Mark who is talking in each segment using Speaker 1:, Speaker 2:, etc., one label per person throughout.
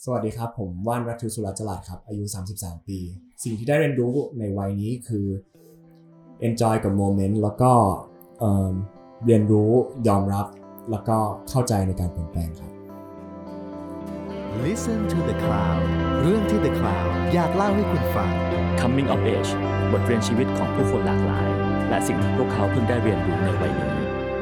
Speaker 1: สวัสดีครับผมว่านรัตทุสุรจรัสครับอายุ33ปีสิ่งที่ได้เรียนรู้ในวัยนี้คือ enjoy กับโมเมนต์แล้วก็เรียนรู้ยอมรับแล้วก็เข้าใจในการเปลี่ยนแปลงครับ
Speaker 2: Listen to the Cloud เรื่องที่ The Cloud อยากเล่าให้คุณฟัง
Speaker 3: Coming of Age บทเรียนชีวิตของผู้คนหลากหลายและสิ่งที่พวกเขาเพิ่งได้เรียนรู้ในวัยนี้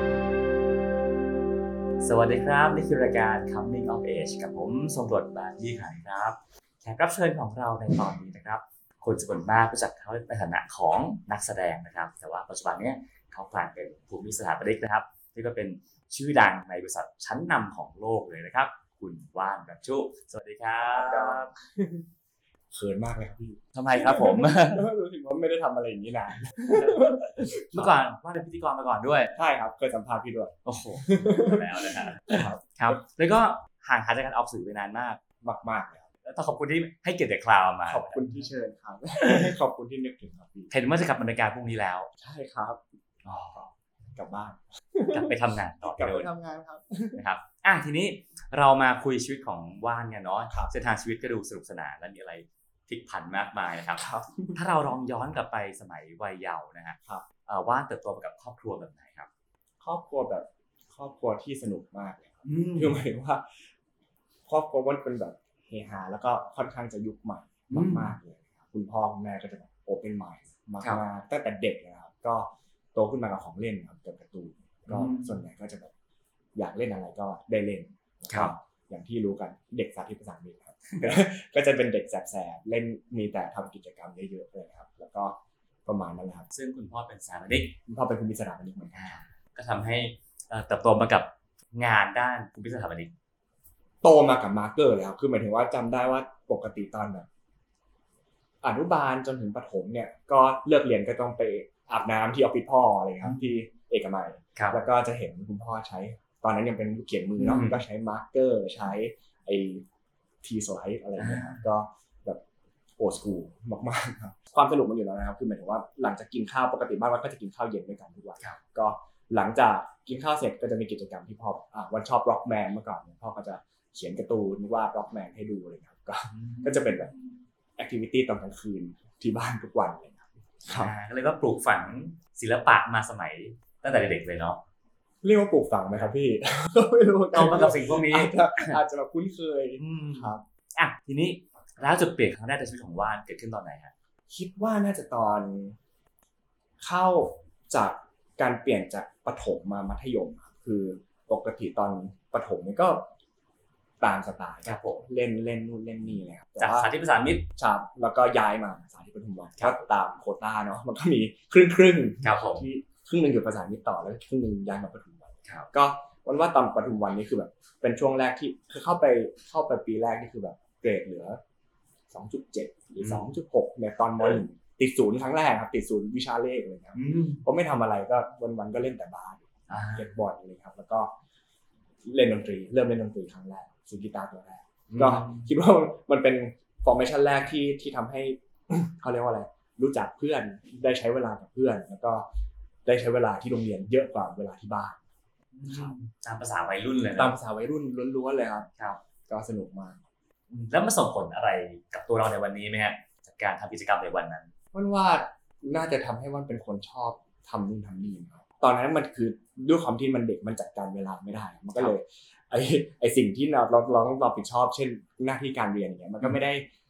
Speaker 3: สวัสดีครับนี่คือรายการ Coming of Age กับผมทรงกรดบานยี่ขันครับแขกรับเชิญของเราในตอนนี้นะครับคนจำนวนมากรู้จักเขาในฐานะของนักแสดงนะครับแต่ว่าปัจจุบันนี้เขากลายเป็นภูมิสถาปนิกนะครับที่ก็เป็นชื่อดังในบริษัทชั้นนำของโลกเลยนะครับคุณว่านรัชชุสวัสดีครับ
Speaker 1: เขินมากเลยครับพี่
Speaker 3: ทำไมครับผม
Speaker 1: รู้สึกว่าไม่ได้ทำอะไรอย่างนี้นาน
Speaker 3: เมื่อก่อนว่าเป็นพิธีกรมาก่อนด้วย
Speaker 1: ใช่ครับเคยสัมภาษณ์พี่ด้วย
Speaker 3: โอ้โหแล้วนะครับครับแล้วก็ห่างหายจากการออกสื่อไปนานมาก
Speaker 1: มากๆเลย
Speaker 3: แล้วต้องขอบคุณที่ให้เกียรติเด็กคลาวมา
Speaker 1: ขอบคุณที่เชิญครับขอบคุณที่นึกถึงครับพี่
Speaker 3: เห็นว่าจะกลับมาในการพรุ่งนี้แล้ว
Speaker 1: ใช่ครับกลับบ้าน
Speaker 3: กลับไปทำงานต่
Speaker 1: อกลับไปทำงานครับ
Speaker 3: นะครับทีนี้เรามาคุยชีวิตของว่านกันเนาะเส้นทางชีวิตก็ดูสนุกสนานและมีอะไรพลิกผันมากมายนะครับถ้าเราลองย้อนกลับไปสมัยวัยเยาว์นะฮะว่านเติบโตมากับครอบครัวแบบไหนครับ
Speaker 1: ครอบครัวที่สนุกมากเลยครับคือหมายถึงว่าครอบครัวมันเป็นแบบเฮฮาแล้วก็ค่อนข้างจะยุคใหม่มากๆเลยครับคุณพ่อคุณแม่ก็จะแบบโอเพ่นไมน์มากๆตั้งแต่เด็กนะครับก็โตขึ้นมากับของเล่นครับกับการ์ตูนก็ส่วนใหญ่ก็จะแบบอยากเล่นอะไรก็ได้เล่นครับอย่างที่รู้กันเด็กสาธิตภาษาอังกฤษครับก็จะเป็นเด็กแสบๆเล่นมีแต่ทำกิจกรรมเยอะๆเลยครับแล้วก็ประมาณนั้นแหละครับ
Speaker 3: ซึ่งคุณพ่อเป็นสถาปนิก
Speaker 1: คุณพ่อเป็นภูมิสถาปนิกเหมือนกัน
Speaker 3: ก็ทำให้เติบโตมากับงานด้านภูมิสถาปนิก
Speaker 1: โตมากับมาร์กเกอร์เลยครับคือหมายถึงว่าจำได้ว่าปกติตอนแบบอนุบาลจนถึงประถมเนี่ยก็เลิกเรียนก็ต้องไปอาบน้ำที่ออฟฟิศพ่ออะไรครับที่เอกมัยแล้วก็จะเห็นคุณพ่อใช้ตอนนั้นยังเป็นเขียนมือเนาะก็ใช้มาร์กเกอร์ใช้ไอ้ทีสไลด์อะไรเนี่ยก็แบบโอสคูลมากๆครับความสนุกมันอยู่แล้วนะครับคือหมายถึงว่าหลังจากกินข้าวปกติบ้านวัดก็จะกินข้าวเย็นด้วยกันทุกวันก็หลังจากกินข้าวเสร็จก็จะมีกิจกรรมที่พ่อวันชอบร็อกแมนเมื่อก่อนพ่อก็จะเขียนการ์ตูนวาดร็อกแมนให้ดูอะไรครับก็จะเป็นแบบแอคทิวิตี้ตอนกลางคืนที่บ้านทุกวันเลยครับ
Speaker 3: ก็เลยว่าปลูกฝังศิลปะมาสมัยตั้งแต่เด็กเลยเนาะ
Speaker 1: เรียกว่าปลูกฝังไหมครับพี่ไม่รู้
Speaker 3: เอามากับสิ่งพวกนี้
Speaker 1: อาจจะแบบคุ้นเคยครับ
Speaker 3: ทีนี้แล้วจุดเปลี่ยนครั้งแรกในชีวิตของว่านเกิดขึ้นตอนไหนฮะ
Speaker 1: คิดว่าน่าจะตอนเข้าจากการเปลี่ยนจากประถมมามัธยมคือปกติตอนประถมนี่ก็ตามสไตล์ครับผมเล่นนู่นเล่นนี่เลยครับ
Speaker 3: จากสาธิตภาษามิตร
Speaker 1: ครับแล้วก็ย้ายมาสาธิตปทุมวันก็ตามโควต้าเนาะมันก็มีครึ่งที่ครึ่งนึงอยู่ภาษามิตรต่อแล้วครึ่งนึงย้ายมาปทุมวันก็วันว่าตอนปทุมวันนี่คือแบบเป็นช่วงแรกที่คือเข้าไปปีแรกนี่คือแบบเกรดเหลือ 2.7 หรือ 2.6 ในตอนม.1 ติดศูนย์ครั้งแรกครับติดศูนย์วิชาเลขเลยครับผมไม่ทำอะไรก็วันๆก็เล่นแต่บาสเก็บบอลเลยครับแล้วก็เล่นดนตรีเริ่มเล่นดนตรีครั้งแรกซื้อกีตาร์ตัวแรกก็คิดว่ามันเป็นฟอร์เมชั่นแรกที่ทำให้เขาเรียกว่าอะไรรู้จักเพื่อนได้ใช้เวลากับเพื่อนแล้วก็ได้ใช้เวลาที่โรงเรียนเยอะกว่าเวลาที่บ้าน
Speaker 3: ตามภาษาวัยรุ่นเลย
Speaker 1: ตามภาษาวัยรุ่นล้วนๆเลยครับก็สนุกมาก
Speaker 3: แล้วมันส่งผลอะไรกับตัวเราในวันนี้ไหมฮะจากการทำกิจกรรมในวันนั้น
Speaker 1: ว่าน่าจะทำให้วันเป็นคนชอบทำนู่นทำนี่ครับตอนนั้นมันคือด้วยความที่มันเด็กมันจัดการเวลาไม่ได้มันก็เลยไอสิ่งที่เราต้องรับผิดชอบเช่นหน้าที่การเรียนอย่างเงี้ยมันก็ไม่ได้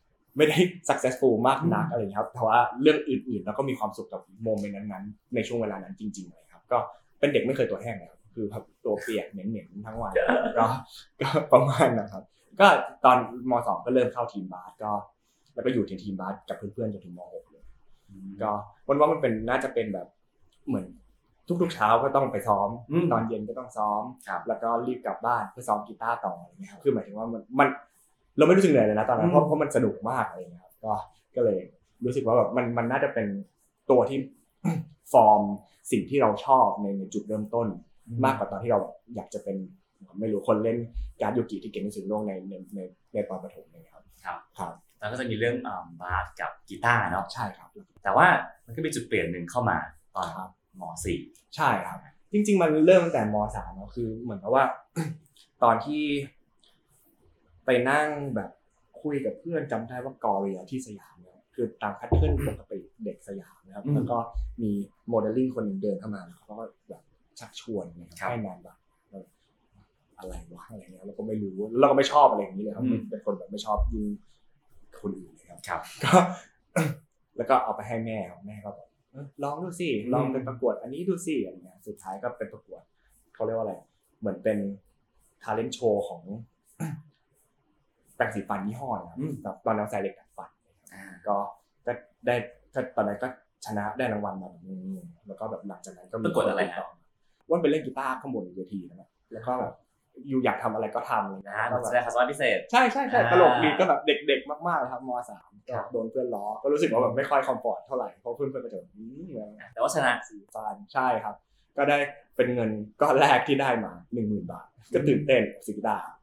Speaker 1: successful มากนักอะไรครับแต่ว่าเรื่องอื่นๆเราก็มีความสุขกับโมเมนต์นั้นๆในช่วงเวลานั้นจริงๆเลยครับก็เป็นเด็กไม่เคยตัวแห้งเลยครับคือแบบตัวเปียกเหม็นๆทั้งวันก็ประมาณนะครับก็ตอนม.2 ก็เริ่มเข้าทีมบาสก็แล้วก็อยู่ทีมบาสกับเพื่อนๆจนถึงม.6 เลยก็ว่ามันเป็นน่าจะเป็นแบบเหมือนทุกๆเช้าก็ต้องไปซ้อมตอนเย็นก็ต้องซ้อมแล้วก็รีบกลับบ้านเพื่อซ้อมกีตาร์ต่ออะไรเงี้ยครับคือหมายถึงว่ามันเราไม่รู้สึกเหนื่อยเลยนะตอนนั้นเพราะมันสนุกมากอะไรเงี้ยครับก็เลยรู้สึกว่าแบบมันน่าจะเป็นตัวที่ฟอร์มสิ่งที่เราชอบในจุดเริ่มต้นมากกว่าตอนที่เราอยากจะเป็นไม่รู้คนเล่นการ์ดยูกิที่เก่งที่สุดโลกในตอนประถมเลยครับ
Speaker 3: แล้วก็จะมีเรื่องบาสกับกีตาร์เนาะ
Speaker 1: ใช่ครับ
Speaker 3: แต่ว่ามันก็มีจุดเปลี่ยนหนึ่งเข้ามาตอนม.4
Speaker 1: ใช่ครับจริงๆมันเริ่มตั้งแต่ม.3 เนาะคือเหมือนกับว่าตอนที่ไปนั่งแบบคุยกับเพื่อนจำได้ว่ากอเรียที่สยามเนี่ยคือตามแพทเทิร์นปกติเด็กสยามนะครับแล้วก็มีโมเดลลิ่งคนหนึ่งเดินเข้ามาเขาก็แบบชักชวนนะครับให้งานแบบอะไรวะอะไรเงี้ยเราก็ไม่รู้เราก็ไม่ชอบอะไรอย่างนี้เลยครับเป็นคนแบบไม่ชอบยุ่งคนอื่นเลยครับก็แล้วก็เอาไปให้แม่ครับแม่ก็บอกลองดูสิลองเป็นประกวดอันนี้ดูสิอะไรเงี้ยสุดท้ายก็เป็นประกวดเขาเรียกว่าอะไรเหมือนเป็น talent show ของแปรงสีฟันยี่ห้อนะครับตอนนั้นใส่เหล็กดัดฟันก็ได้ตอนนั้นก็ชนะได้รางวัลมาแล้วก็แบบหลังจากนั้นก็มี
Speaker 3: ประกวดอะไรครับ
Speaker 1: ว่าเป็นเล่นกีตาร์ข้างบนเวทีนะแล้วก็แบบอยู่อยากทำอะไรก็ทำเลย
Speaker 3: นะแสดงความสามารถพิเศษ
Speaker 1: ใช่ตลกดีก็แบบเด็กๆมากๆเลยครับม.3 ก็โดนเพื่อนล้อก็รู้สึกว่าแบบไม่ค่อยคอมฟอร์ตเท่าไหร่เพราะเพื่อนก็จะ
Speaker 3: แต่ว่าชนะ
Speaker 1: สีฟันใช่ครับก็ได้เป็นเงินก้อนแรกที่ได้มา 10,000 บาทก็ตื่นเต้นสีกีตาร์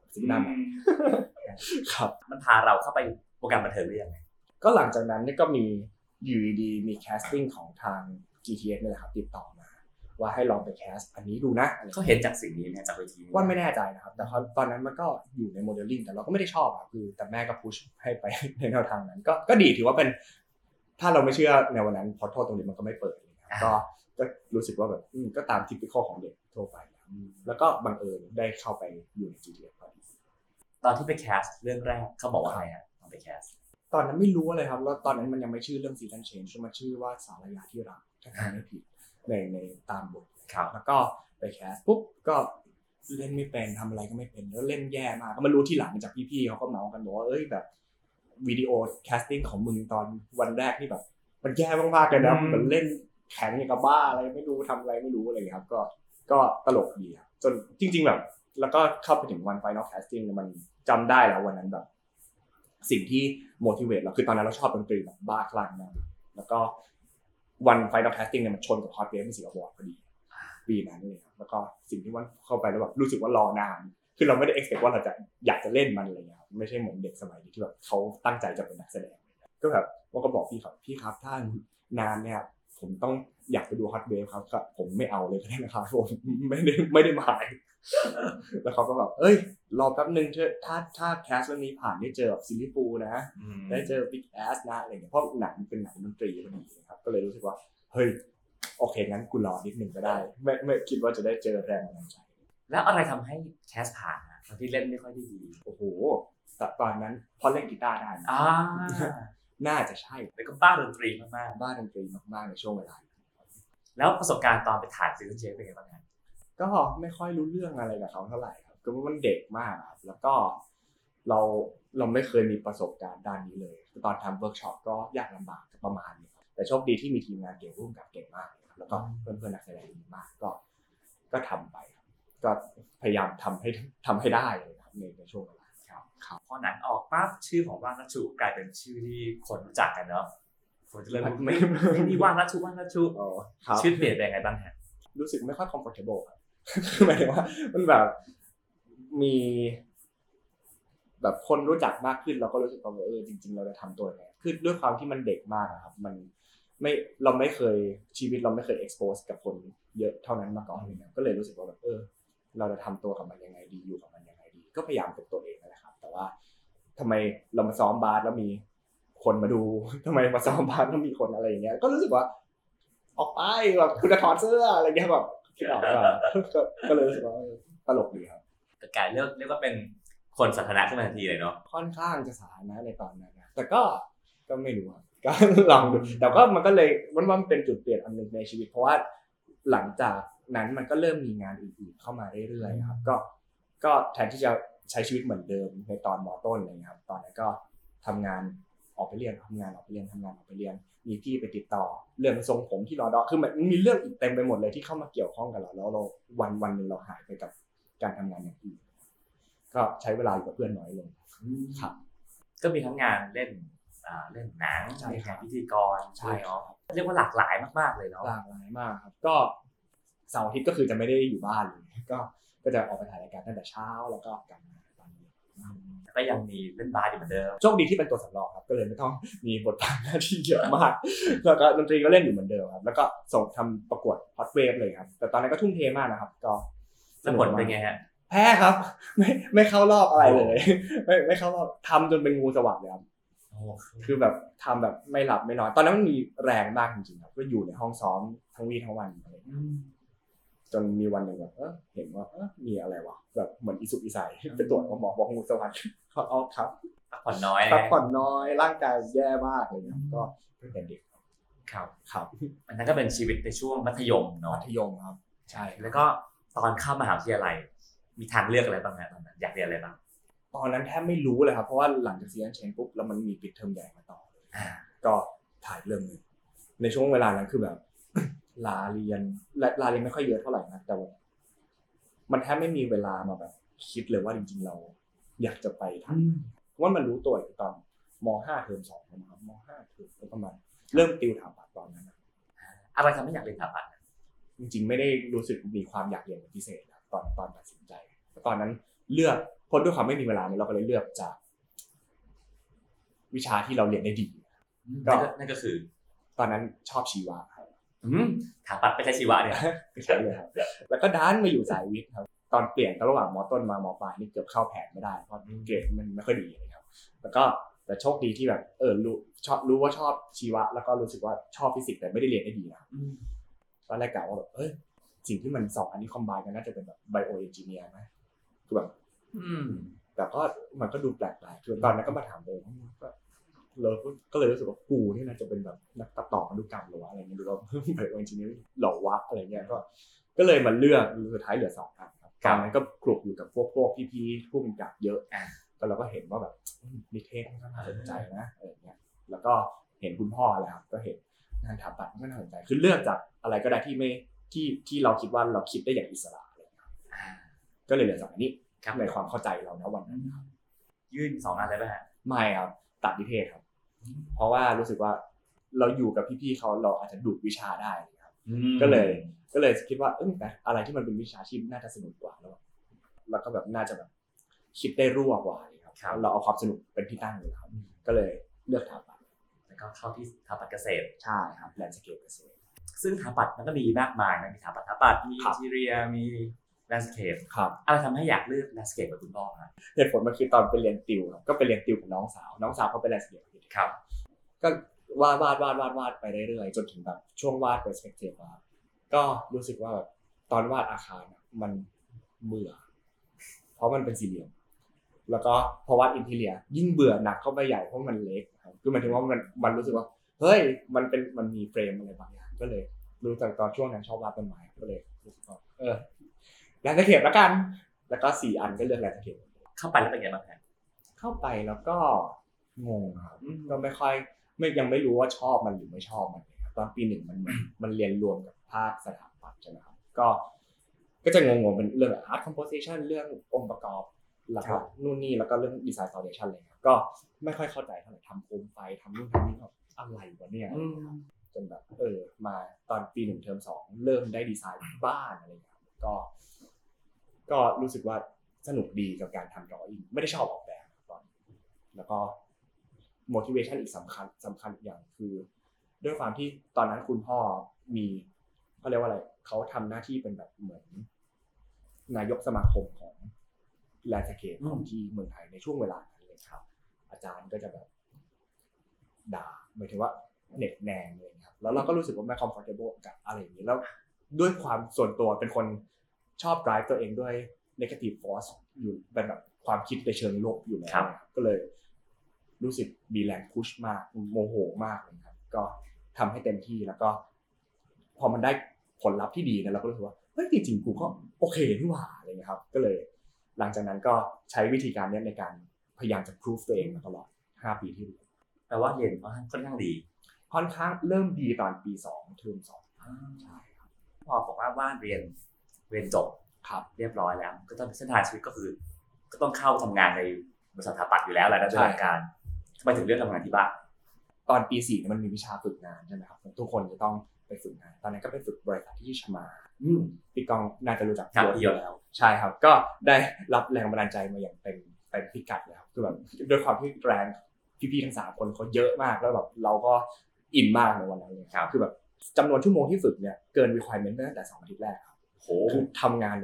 Speaker 1: ครับ
Speaker 3: มันพาเราเข้าไปวงการบันเทิงได้ยังไง
Speaker 1: ก็หลังจากนั้นก็มีอยู่ดีมีแคสติ้งของทาง GTS เนี่ยครับติดต่อมาว่าให้ลองไปแคสอันนี้ดูนะ
Speaker 3: เขาเห็นจากสิ่งนี้เนี่ยจากเวที
Speaker 1: ว่าไม่แน่ใจนะครับแต่ตอนนั้นมันก็อยู่ในโมเดลลิ่งแต่เราก็ไม่ได้ชอบอ่ะคือแต่แม่ก็พุชให้ไปในแนวทางนั้นก็ดีถือว่าเป็นถ้าเราไม่เชื่อในวันนั้นพอโทษตรงนี้มันก็ไม่เปิดก็รู้สึกว่าแบบก็ตามทิปปิคอลของเด็กทั่วไปแล้วก็บังเอิญได้เข้าไปอยู่ใน GTS พอดี
Speaker 3: ตอนที่ไปแคสเรื่องแรกเขาบอกว่าอะไรฮะตอนไปแคส
Speaker 1: ตอนนั้นไม่รู้อะไรครับแล้วตอนนั้นมันยังไม่ชื่อเรื่อง Season Change มันชื่อว่าสารยาที่รักถ้าจำไม่ผิดในตามบทแล้วก็ไปแคสปุ๊บก็เล่นไม่เป็นทำอะไรก็ไม่เป็นแล้วเล่นแย่มากก็มารู้ทีหลังจากพี่ๆเขาก็เมาส์กันบอกว่าเอ้ยแบบวิดีโอแคสติ้งของมึงตอนวันแรกนี่แบบมันแย่มากๆเลยนะมันเล่นแข็งอย่างกับบ้าอะไรไม่รู้ทำอะไรไม่รู้อะไรครับก็ตลกดีครับจนจริงๆแบบแล้วก็เข้าไปถึงวัน Final Casting มันจำได้แล้ววันนั้นแบบสิ่งที่ motivate เราคือตอนนั้นเราชอบดนตรีแบบบ้าคลั่งมากแล้วก็วัน Final Casting เนี่ยมันชนกับ Hot Wave Music Award พอดีปีนั้นเลยครับแล้วก็สิ่งที่ว่าเข้าไปแล้วแบบรู้สึกว่ารอนานคือเราไม่ได้ expect ว่าเราจะอยากจะเล่นมันอะไรเงี้ยไม่ใช่เหมือนเด็กสมัยนี้ที่แบบเขาตั้งใจจะเป็นนักแสดงก็แบบว่าก็บอกพี่ครับถ้านานเนี่ยผมต้องอยากไปดู Hot Wave ครับก็ผมไม่เอาเลยก็ได้นะครับผมไม่ได้หมายแล้วเขาก็แบบเอ้ยรอแป๊บนึงเถอะถ้าแคสเรื่องนี้ผ่านได้เจอแบบซิลลี่ฟูลนะได้เจอ Big Ass นะอะไรเงี้ยเพราะหนังเป็นหนังดนตรีพอดีครับก็เลยรู้สึกว่าเฮ้ยโอเคงั้นกูรอนิดนึงก็ได้ไม่คิดว่าจะได้เจอแรงบันดาลใจ
Speaker 3: แล้วอะไรทำให้แคสผ่านตอนที่เล่นไม่ค่อยได้ดี
Speaker 1: โอ้โหตอนนั้นพอเล่นกีตาร์ได้น่าจะใช่
Speaker 3: แล้วก็บ้าดนตรีมาก
Speaker 1: ๆบ้าดนตรีมากๆในช่วงเวลา
Speaker 3: แล้วประสบการณ์ตอนไปถ่ายซีรีส์เจเป็นไงบ้างครับ
Speaker 1: ก็ไม่ค่อยรู้เรื่องอะไรกับเขาเท่าไหร่ครับก็มันเด็กมากครับแล้วก็เราไม่เคยมีประสบการณ์ด้านนี้เลยตอนทำเวิร์กช็อปก็ยากลำบากประมาณนี้แต่โชคดีที่มีทีมงานเก่งร่วมกับเก่งมากแล้วก็เพื่อนๆนักแสดงดีมากก็ทำไปก็พยายามทำให้ได้เลยครับในช่วงเวลา
Speaker 3: ครับพอหนังออกปั๊บชื่อของว่านนัชชุกลายเป็นชื่อที่คนรู้จักกันเนาะผมจะเริ่มไม่มีว่านนัชชุชื่อเปลี่ยนไปยังไงบ้างฮะ
Speaker 1: รู้สึกไม่ค่อย comfortable ครับคือหมายถึงว่ามันแบบมีแบบคนรู้จักมากขึ้นเราก็รู้สึกว่าจริงๆเราจะทำตัวยังไงคือด้วยความที่มันเด็กมากครับมันเราไม่เคยชีวิตเราไม่เคย expose กับคนเยอะเท่านั้นมาก่อนเลยก็เลยรู้สึกว่าแบบเราจะทำตัวกับมันยังไงดีอยู่กับมันยังไงดีก็พยายามเป็นตัวเองนั่นแหละครับแต่ว่าทำไมเรามาซ้อมบาสแล้วมีคนมาดูทำไมมาซ้อมบาสแล้วมีคนอะไรอย่างเงี้ยก็รู้สึกว่าออกไปแบบคุณจะถอดเสื้ออะไรเงี้ยแบบคิดออกก็เลยรู้สึกว่าตลกดีครับ
Speaker 3: แต่กลายเรียกว่าเป็นคนสาธารณะขึ้นมาทันทีเลยเนาะ
Speaker 1: ค่อนข้างจะสาธารณะในตอนนั้นนะแต่ก็ไม่รู้ก็ลองดูแต่ก็มันก็เลยมันเป็นจุดเปลี่ยนอันนึงในชีวิตเพราะว่าหลังจากนั้นมันก็เริ่มมีงานอื่นๆเข้ามาเรื่อยๆครับก็แทนที่จะใช้ชีวิตเหมือนเดิมในตอนม.ต้นอะไรเงี้ยครับตอนนั้นก็ทำงานออกไปเรียนมีพี่ไปติดต่อเรื่องทรงผมที่รอดอคือมันมีเรื่องอีกเต็มไปหมดเลยที่เข้ามาเกี่ยวข้องกับเราแล้วเราวันนึงเราหายไปกับการทำงานอย่างอื่นก็ใช้เวลาอยู่กับเพื่อนน้อยลงครับ
Speaker 3: ก็มีทั้งงานเล่นหนังมีงานพิธีกรใช่ครับเรียกว่าหลากหลายมากๆเลยเนาะ
Speaker 1: หลากหลายมากครับก็เสาร์อาทิตย์ก็คือจะไม่ได้อยู่บ้านเลยก็จะออกไปถ่ายรายการตั้งแต่เช้าแล้วก็กลับมาตอนนี้
Speaker 3: ก็ยังมีเล่นบาสอยู่เหมือนเดิม
Speaker 1: โชคดีที่เป็นตัวสำรองครับก็เลยไม่ต้องมีบทบาทหน้าที่เยอะมากแล้วก็ดนตรีก็เล่นอยู่เหมือนเดิมครับแล้วก็ส่งทำประกวด Hot Wave เลยครับแต่ตอนนั้นก็ทุ่มเทมากนะครับก็
Speaker 3: ผลเป็นไงฮะ
Speaker 1: แพ้ครับไม่เข้ารอบอะไรเลยไม่เข้ารอบทำจนเป็นงูสวัสดิ์เลยครับคือแบบทำแบบไม่หลับไม่นอนตอนนั้นมันมีแรงมากจริงๆครับก็อยู่ในห้องซ้อมทั้งวี่ทั้งวันอะไรจนมีวันหนึ่งแบบเห็นว่ามีอะไรวะแบบเหมือนอิสุกอิสัยไปตรวจหมอบอกงูสวัสดิ์เขาเอาครับ
Speaker 3: พักผ่อนน้อย
Speaker 1: ร่างกายแย่มากเลยครับก็เป็นเด็กครับ
Speaker 3: อันนั้นก็เป็นชีวิตในช่วงมัธยมเนาะ
Speaker 1: มัธยมครับใช่
Speaker 3: แล้วก็ตอนเข้ามหาวิทยาลัยมีทางเลือกอะไรบ้างตอนนั้นอยากเรียนอะไรบ้าง
Speaker 1: ตอนนั้นแทบไม่รู้เลยครับเพราะว่าหลังจากซีซั่นเชนปุ๊บแล้วมันมีปิดเทอมใหญ่มาต่อเลยก็ถ่ายเรื่องนึงในช่วงเวลานั้นคือแบบลาเรียนไม่ค่อยเยอะเท่าไหร่นะแต่ว่ามันแทบไม่มีเวลามาแบบคิดเลยว่าจริงๆเราอยากจะไปทำเพราะว่ามันรู้ตัวตอนม.5 เทอม 2นะครับม.5 เทอมประมาณเริ่มติวถาปัตย์ตอนนั้น
Speaker 3: อะไรทำให้อยากเรียนถาปัตย์
Speaker 1: จริงๆไม่ได้รู้สึกมีความอยากเรียนเป็นพิเศษนะตอนตัดสินใจตอนนั้นเลือกเพราะด้วยความไม่มีเวลาเนี่ยเราก็เลยเลือกจากวิชาที่เราเรียนได้ดี
Speaker 3: นั่นก็คือ
Speaker 1: ตอนนั้นชอบชีวะครับ
Speaker 3: ถาปัตย์ไม่ใช่ชีวะเนี่ย
Speaker 1: ไม่ใช่เลยครับแล้วก็ดันมาอยู่สายวิทย์ครับตอนเปลี่ยนระหว่างม.ต้นมาม.ปลายนี่เกือบเข้าแผนไม่ได้เพราะเกรดมันไม่ค่อยดีเลยครับแล้วก็แต่โชคดีที่แบบรู้ว่าชอบชีวะแล้วก็รู้สึกว่าชอบฟิสิกส์แต่ไม่ได้เรียนได้ดีนะตอนแรกกะว่าแบบสิ่งที่มัน2อันนี้คอมไบน์กันน่าจะเป็นแบบไบโอเอนจิเนียร์มั้ยคือแบบแต่ก็มันก็ดูแปลกๆคือตอนนั้นก็มาถามเลยก็เลยรู้สึกว่ากูนี่น่าจะเป็นแบบนักตัดต่อพันธุกรรมหรือว่าอะไรเงี้ยดูแล้วไบโอเอนจิเนียร์หล่อวะอะไรเงี้ยก็เลยมาเลือกสุดท้ายเหลือ2อันครับตอนนั้นก็คลุกอยู่กับพวกพี่ๆผู้กำกับเยอะก็เราก็เห็นว่าแบบนิเทศมันก็น่าสนใจนะอะไรเงี้ยแล้วก็เห็นคุณพ่ออะไรครับก็เห็นงานถาปัตย์มันก็น่าสนใจคือเลือกจากอะไรก็ได้ที่เราคิดว่าเราคิดได้อย่างอิสระเลยครับก็เลยเหลือ2อันนี้ในความเข้าใจเรานะวันนั้นครับ
Speaker 3: ยื่น2อันเลยป่ะฮะ
Speaker 1: ไม่ครับตัดนิเทศครับเพราะว่ารู้สึกว่าเราอยู่กับพี่ๆเขาเราอาจจะดูดวิชาได้ครับก็เลยคิดว่าอะไรที่มันเป็นวิชาชีพน่าจะสนุกกว่าแล้วก็แบบน่าจะแบบคิดได้รั่วกว่าครับเราเอาความสนุกเป็นที่ตั้งเลยครับก็เลยเลือกถาปัตย์
Speaker 3: แล้วก็เข้าที่ถาปัตย์เกษตร
Speaker 1: ใช่ครับแลนด์สเคปเกษตร
Speaker 3: ซึ่งถาปัตย์มันก็มีมากมายนะมีถาปัตย์มีอินทีเรียมีแลนด์สเคปอะไรทำให้อยากเลือกแลนด์สเคปกับคุณพ่อครับ
Speaker 1: เหตุผลมันคือตอนไปเรียนติวครับก็ไปเรียนติวกับน้องสาวเขาเป็นแลนด์สเคป
Speaker 3: ครับ
Speaker 1: ก็วาดไปเรื่อยๆจนถึงแบบช่วงวาดเปอร์สเปกทีฟครับก็รู้สึกว่าแบบตอนวาดอาคารมันเบื่อเพราะมันเป็นสี่เหลี่ยมแล้วก็พอวาดอินทีเรียยิ่งเบื่อหนักเข้าไปใหญ่เพราะมันเล็กครับคือหมายถึงว่ามันรู้สึกว่าเฮ้ยมันมีเฟรมอะไรบางอย่างก็เลยรู้จากตอนช่วงนั้นชอบวาดต้นไม้ก็เลยรู้สึกว่าแลนด์สเคปแล้วกันแล้วก็4อันก็เลือกแลนด์สเคป
Speaker 3: เข้าไปแล้วเป็นไงบ้างครับ
Speaker 1: เข้าไปแล้วก็งงครับก็ยังไม่รู้ว่าชอบมันหรือไม่ชอบมันตอนปี1มันเรียนรวมกับภาคสถาปัตย์ใช่ไหมครับก็จะงงๆเป็นเรื่อง art composition เรื่ององค์ประกอบหลักๆนู่นนี่แล้วก็เรื่อง design foundation อะไรเงี้ยก็ไม่ค่อยเข้าใจเท่าไหร่ทำโคมไฟทำนู่นทำนี่แบบอะไรวะเนี่ยจนแบบมาตอนปี1เทอม2เริ่มได้ดีไซน์บ้านอะไรเงี้ยก็รู้สึกว่าสนุกดีกับการทำ drawing ไม่ได้ชอบออกแบบตอนแล้วก็ motivation อีกสำคัญอย่างคือด้วยความที่ตอนนั้นคุณพ่อมีเขาเรียกว่าอะไรเขาทำหน้าที่เป็นแบบเหมือนนายกสมาคมของแลนด์สเคปของที่เมืองไทยในช่วงเวลานั้นเลยครับอาจารย์ก็จะแบบด่าหมายถึงว่าเน็บแนงเลยครับแล้วเราก็รู้สึกว่าไม่ comfortable กับอะไรอย่างนี้แล้วด้วยความส่วนตัวเป็นคนชอบ drive ตัวเองด้วย negative force อยู่เป็นแบบความคิดในเชิงลบอยู่แล้วก็เลยรู้สึกมีแรงพุชมากโมโหมากเลยครับก็ทำให้เต็มที่แล้วก็พอมันได้ผลลัพธ์ที่ดีเนี่ยเราก็รู้สึกว่าเฮ้ยจริงๆกูก็โอเคนี่หว่าอะไรเงี้ยครับก็เลยหลังจากนั้นก็ใช้วิธีการนี้ในการพยายามจะ prove ตัวเองมาตลอด5ปีที่เรียน
Speaker 3: แปลว่าเรียนค่อนข้างดี
Speaker 1: ค่อนข้างเริ่มดีตอนปี2เทอม2ใช่ครับ
Speaker 3: พอบอกว่าเรียนจบ
Speaker 1: ครับ
Speaker 3: เรียบร้อยแล้วก็ต้องเส้นทางชีวิตก็คือก็ต้องเข้าทำงานในบริษัทสถาปัตย์อยู่แล้วแหละนะด้วยการทำไมถึงเลือกทำงานที่บ้าน
Speaker 1: ตอนปี4มันมีวิชาฝึกงานใช่ไหมครับทุกคนจะต้องไปฝึกงานตอนนั้นก็ไปฝึกบริษัทที่ชมาพี่กองน่าจะรู้จัก
Speaker 3: อยู่แล้ว
Speaker 1: ใช่ครับก็ได้รับแรงบันดาลใจมาอย่างเต็มพิกัดเลยครับคือแบบด้วยความที่แรงพี่ๆทั้ง3คนเขาเยอะมากแล้วแบบเราก็อินมากในวันนั้นเลยคือแบบจำนวนชั่วโมงที่ฝึกเนี่ยเกิน requirement ตั้งแต่2อาทิตย์แรกครับคือทำงานแบบ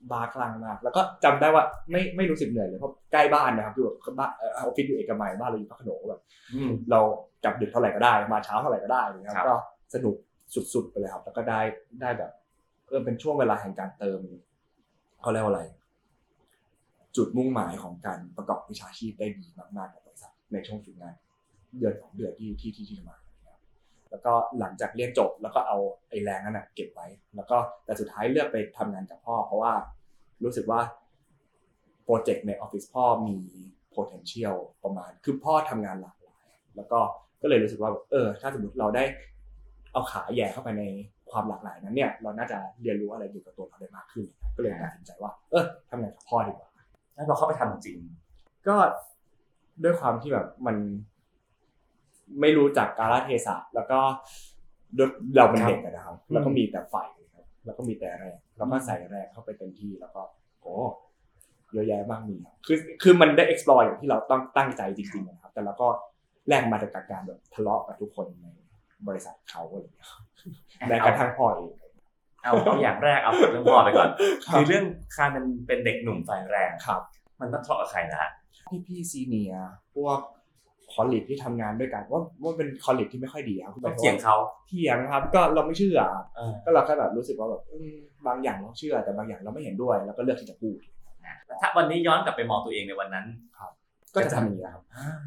Speaker 1: บาร์คลั่งมากแล้วก็จำได้ว่าไม่รู้สึกเหนื่อยเลยเพราะใกล้บ้านนะครับอยู่บ้านออฟฟิศอยู่เอกมัยบ้านเราอยู่พระโขนงแบบเรากลับดึกเท่าไหร่ก็ได้มาเช้าเท่าไหร่ก็ได้นะครับก็สนุกสุดๆไปเลยครับแล้วก็ได้แบบเป็นช่วงเวลาแห่งการเติมเขาเรียกว่าอะไรจุดมุ่งหมายของการประกอบวิชาชีพได้ดีมากๆกับบริษัทในช่วงฝึกงานเดือน2 เดือนที่มาแล้วก็หลังจากเรียนจบแล้วก็เอาไอ้แรงนั้นเก็บไว้แล้วก็แต่สุดท้ายเลือกไปทำงานกับพ่อเพราะว่ารู้สึกว่าโปรเจกต์ในออฟฟิศพ่อมี potential ประมาณคือพ่อทำงานหลากหลายแล้วก็เลยรู้สึกว่าถ้าสมมติเราได้เอาขาแย่เข้าไปในความหลากหลายนั้นเนี่ยเราน่าจะเรียนรู้อะไรเกี่ยวกับตัวเราได้มากขึ้นก็เลยตัดสินใจว่าทำงานกับพ่อดีกว่า
Speaker 3: แล้วเราเข้าไปทำจริง
Speaker 1: ก็ด้วยความที่แบบมันไม่รู้จักกาลเทศะแล้วก็เราเป็นเด็กนะครับแล้วก็มีแต่ไฟครับแล้วก็มีแต่แรงแล้วก็ใส่แรงเข้าไปเต็มที่แล้วก็เยอะแยะมากมีคือมันได้ explore อย่างที่เราต้องตั้งใจจริงๆนะครับแต่เราก็แลกมาจากการแบบทะเลาะกับทุกคนในบริษัทเขาอะไรอย่างเงี้ยแม้กระทั่งพ่อเอง
Speaker 3: เอาอย่างแรกเอาเรื่องพ่อไปก่อนคือเรื่องการเป็นเด็กหนุ่มไฟแรง
Speaker 1: ครับ
Speaker 3: มันต้องทะเลาะกับใครนะ
Speaker 1: พี่ซีเนียร์พวกคอลลีจที่ทำงานด้วยกันว่าเป็นคอลลีจที่ไม่ค่อยดีครับ
Speaker 3: เถียงเขา
Speaker 1: เถียงครับก็เราไม่เชื่อก็เราแค่แบบรู้สึกว่าแบบบางอย่างเราเชื่อแต่บางอย่างเราไม่เห็นด้วยแล้วก็เลือกที่จะพูด
Speaker 3: ถ้าวันนี้ย้อนกลับไปมองตัวเองในวันนั้น
Speaker 1: ครับก็จะทำอย่างนี้ครับ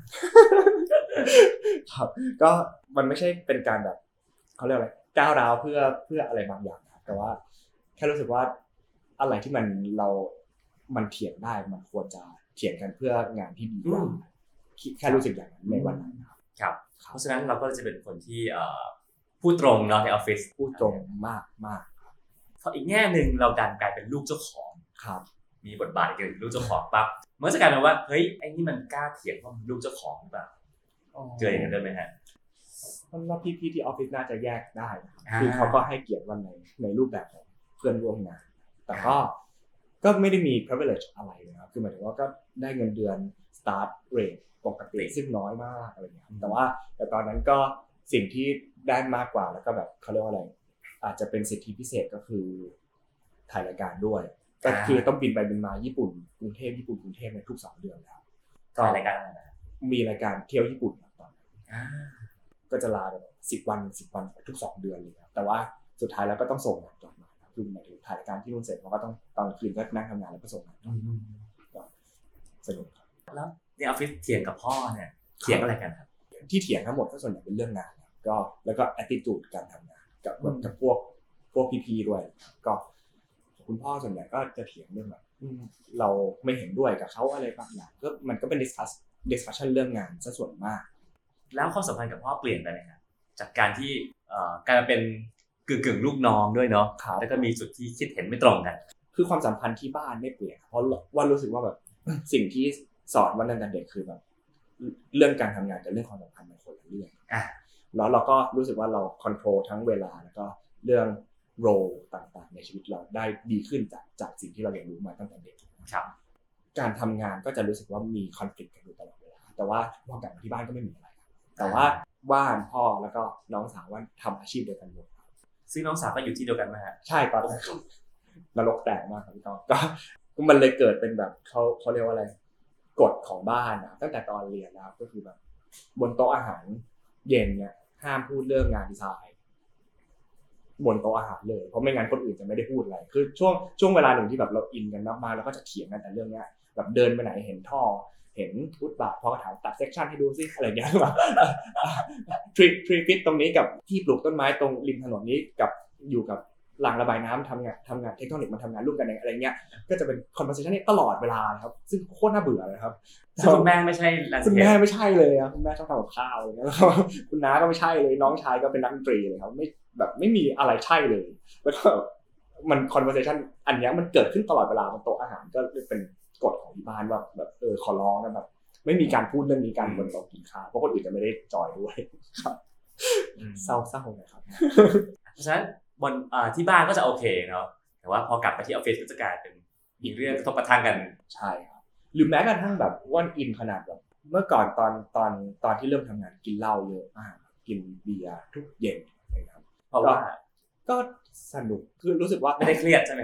Speaker 1: ครับก็มันไม่ใช่เป็นการแบบเขาเรียกอะไรก้าวร้าวเพื่ออะไรบางอย่างครับแต่ว่าแค่รู้สึกว่าอะไรที่มันเถียงได้มันควรจะเถียงกันเพื่องานที่ดีกว่าแค่รู้สึกอย่างนั้นในวันนั้น
Speaker 3: ครับเพราะฉะนั้นเราก็จะเป็นคนที่พูดตรงเนาะในออฟฟิศ
Speaker 1: พูดตรงมากครับ
Speaker 3: พออีกแง่นึงเราดันกลายเป็นลูกเจ้าของ
Speaker 1: ครับ
Speaker 3: มีบทบาทเกี่ยวกับลูกเจ้าของปั๊บมันจะกลายเป็นว่าเฮ้ยไอ้นี่มันกล้าเถียงว่ามันลูกเจ้าของหรือเปล่าเจออย่างนั้นได้ไหมฮะ
Speaker 1: ว่าพี่ที่ออฟฟิศน่าจะแยกได้คือเขาก็ให้เกียรติวันในรูปแบบของเพื่อนร่วมงานแต่ก็ไม่ได้มี privilege อะไรนะครับคือหมายถึงว่าก็ได้เงินเดือน start rate ปกติซึ่งน้อยมากอะไรอย่างเงี้ยแต่ตอนนั้นก็สิ่งที่ได้มากกว่าแล้วก็แบบเขาเรียกว่าอะไรอาจจะเป็นสิทธิพิเศษก็คือถ่ายรายการด้วยก็คือต้องบินไปบินมาญี่ปุ่นกรุงเทพกรุงเทพในทุก2 เดือนแล้ว
Speaker 3: ก็รายการอะไรนะ
Speaker 1: มีรายการเที่ยวญี่ปุ่นตอนก็จะลาแบบ10 วันทุก2 เดือนเลยครับแต่ว่าสุดท้ายแล้วก็ต้องส่งงานกลับมาคือหมายถึงถ่ายรายการที่นู่นเสร็จเราก็ต้องตอนคืนก็นั่งทำงานแล้วก็ส่งงานก็สนุก
Speaker 3: แล้วในออฟฟิศเถียงกับพ่อเนี่ยเถียงอะไรกันครับ
Speaker 1: ที่เถียงทั้งหมดก็ส่วนใหญ่เป็นเรื่องงานก็แล้วก็ attitude การทำงานกับพวกพี่ๆด้วยก็คุณพ่อส่วนใหญ่ก็จะเถียงเรื่องแบบเราไม่เห็นด้วยกับเขาอะไรบางอย่างก็มันก็เป็น discussion เรื่องงานซะส่วนมาก
Speaker 3: แล้วความสัมพันธ์กับพ่อเปลี่ยนไปไหมครับจากการที่กลายมาเป็นกึ่งลูกน้องด้วยเนาะแล้วก็มีจุดที่คิดเห็นไม่ตรงกัน
Speaker 1: คือความสัมพันธ์ที่บ้านไม่เปลี่ยนเพราะว่ารู้สึกว่าแบบสิ่งที่สอนว่าตั้งแต่เด็กคือแบบเรื่องการทำงานกับเรื่องความสัมพันธ์มันคนละเรื่องแล้วเราก็รู้สึกว่าเราคอนโทรลทั้งเวลาแล้วก็เรื่องโรต่างๆในชีวิตเราได้ดีขึ้นจากสิ่งที่เราเรียนรู้มาตั้งแต่เด็ก
Speaker 3: ครับ
Speaker 1: การทำงานก็จะรู้สึกว่ามีคอนฟลิกต์กันอยู่ตลอดเวลาแต่ว่าพอกลับมาที่บ้านก็ไม่มีอะไรแต่ว่าบ้านพ่อแล้วก็น้องสาวว่าทำอาชีพเดียวกันหมด
Speaker 3: ซึ่งน้องสาวก็อยู่ที่เดียวกันไหมฮะ
Speaker 1: ใช่ตอนนั้นนรกแตกมากครับพี่ก้องก็มันเลยเกิดเป็นแบบเขาเรียกว่าอะไรกฎของบ้านนะตั้งแต่ตอนเรียนแล้วก็คือแบบบนโต๊ะอาหารเย็นเนี่ยห้ามพูดเรื่องงานดีไซน์บนโต๊ะอาหารเลยเพราะไม่งั้นคนอื่นจะไม่ได้พูดอะไรคือช่วงเวลาหนึ่งที่แบบเราอินกันมากๆแล้วก็จะเถียงกันแต่เรื่องเนี้ยแบบเดินไปไหนเห็นท่อเห็นฟุตบาทพอกระถางตัดเซกชันให้ดูซิอะไรเงี้ยแบบทรีฟิตตรงนี้กับที่ปลูกต้นไม้ตรงริมถนนนี้กับอยู่กับรางระบายน้ำทำงานเทคโนโลยีมันทำงานร่วมกันอะไรเงี้ยก็จะเป็น conversation นี้ตลอดเวลาครับซึ่งโคตรน่าเบื่อเลยครับ
Speaker 3: คุณแม่ไม่ใช่
Speaker 1: คุณแม่ไม่ใใช่เลยครับคุณแม่ชอบทำกับข้าวอะไรเงี้ยแล้วคุณน้าก็ไม่ใช่เลยน้องชายก็เป็นนักดนตรีเลยครับไม่มีอะไรใช่เลยแล้วก็มัน conversation อันนี้มันเกิดขึ้นตลอดเวลาบนโต๊ะอาหารก็เป็นกฎของที่บ้านว่าแบบขอร้องนะแบบไม่มีการพูดเรื่องนี้กันบนโต๊ะกินข้าวเพราะคนอื่นจะไม่ได้จอยด้วยครับเศร้าๆนะครับ
Speaker 3: เพราะฉะนั้นบนที่บ้านก็จะโอเคเนาะแต่ว่าพอกลับไปที่ออฟฟิศก็จะกลายเป็นมีเรื่องกระทบกระทั่งกัน
Speaker 1: ใช่ครับหรือแม้กระทั่งแบบว่านอินขนาดแบบเมื่อก่อนตอนที่เริ่มทำงานกินเหล้าเยอะมากกินเบียร์ทุกเย็นนะครับ
Speaker 3: เพราะว่า
Speaker 1: ก็สนุกคือรู้สึกว่า
Speaker 3: ไม่ได้เครียดใช่ไหมฮะ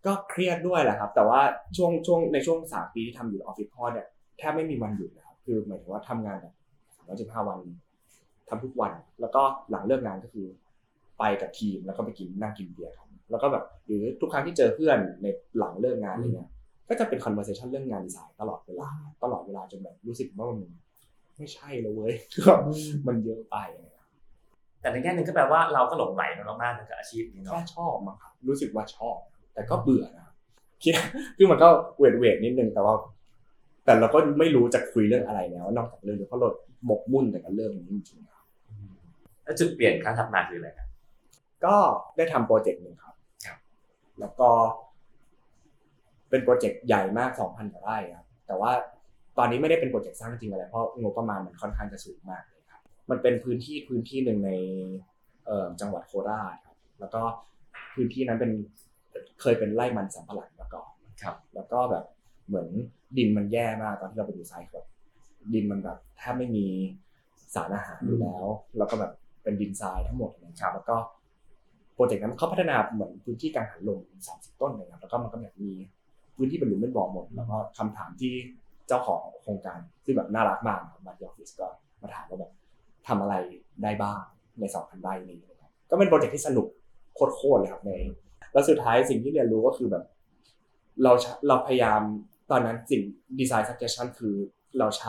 Speaker 1: ก็เครียดด้วยแหละครับแต่ว่าช่วงในช่วง3 ปีที่ทำอยู่ออฟฟิศพ่อเนี่ยแทบไม่มีวันหยุดนะครับคือหมายถึงว่าทำงานแบบ315 วันทำทุกวันแล้วก็หลังเลิกงานก็คือไปกับทีมแล้วก็ไปนั่งกินเบียร์กันแล้วก็แบบหรือทุกครั้งที่เจอเพื่อนในหลังเลิกงานอะไรเงี้ยก็จะเป็น conversation เรื่องงานดีไซน์ตลอดเวลาจนแบบรู้สึกว่ามันไม่ใช่เลยเว้ยคือแบบมันเยอะไป
Speaker 3: แต่ในแง่หนึ่งก็แปลว่าเราก็หลงไหลมันมากๆกับอาชีพนี้เนาะ
Speaker 1: แค่ชอบมั้งครับรู้สึกว่าชอบแต่ก็เบื่อนะคิดคือมันก็เวทนิดนึงแต่เราก็ไม่รู้จะคุยเรื่องอะไรแล้วนอกจากเรื่องนี้เพราะเราหมกมุ่นแต่กับเรื่องนี้จริงๆ
Speaker 3: แล้วจุดเปลี่ยนครั้งถัดมาคืออะไรครับ
Speaker 1: ก็ได้ทำโปรเจกต์นึงครับแล้วก็เป็นโปรเจกต์ใหญ่มาก 2,000 กว่าไร่ครับแต่ว่าตอนนี้ไม่ได้เป็นโปรเจกต์สร้างจริงอะไรเพราะงบประมาณมันค่อนข้างจะสูงมากเลยครับมันเป็นพื้นที่นึงในจังหวัดโคราชครับแล้วก็พื้นที่นั้นเคยเป็นไร่มันสำปะหลังมาก่อน
Speaker 3: ครับ
Speaker 1: แล้วก็แบบเหมือนดินมันแย่มากตอนที่เราไปดูไซต์แบบดินมันแบบแทบไม่มีสารอาหารอยู่แล้วก็แบบเป็นดินทรายทั้งหมดนะครับแล้วก็โปรเจกต์นั้นเขาพัฒนาเหมือนพื้นที่กังหันลม30 ต้นเลยครับแล้วก็มันก็แบบมีพื้นที่เป็นหลุมเป็นบ่อหมดแล้วก็คำถามที่เจ้าของโครงการซึ่งแบบน่ารักมากมาที่ออฟฟิศก็มาถามว่าแบบทำอะไรได้บ้างใน 2,000 ไร่นี้นะครับก็เป็นโปรเจกต์ที่สนุกโคตรเลยครับแล้วสุดท้ายสิ่งที่เรียนรู้ก็คือแบบเราพยายามตอนนั้นสิ่ง design suggestion คือเราใช้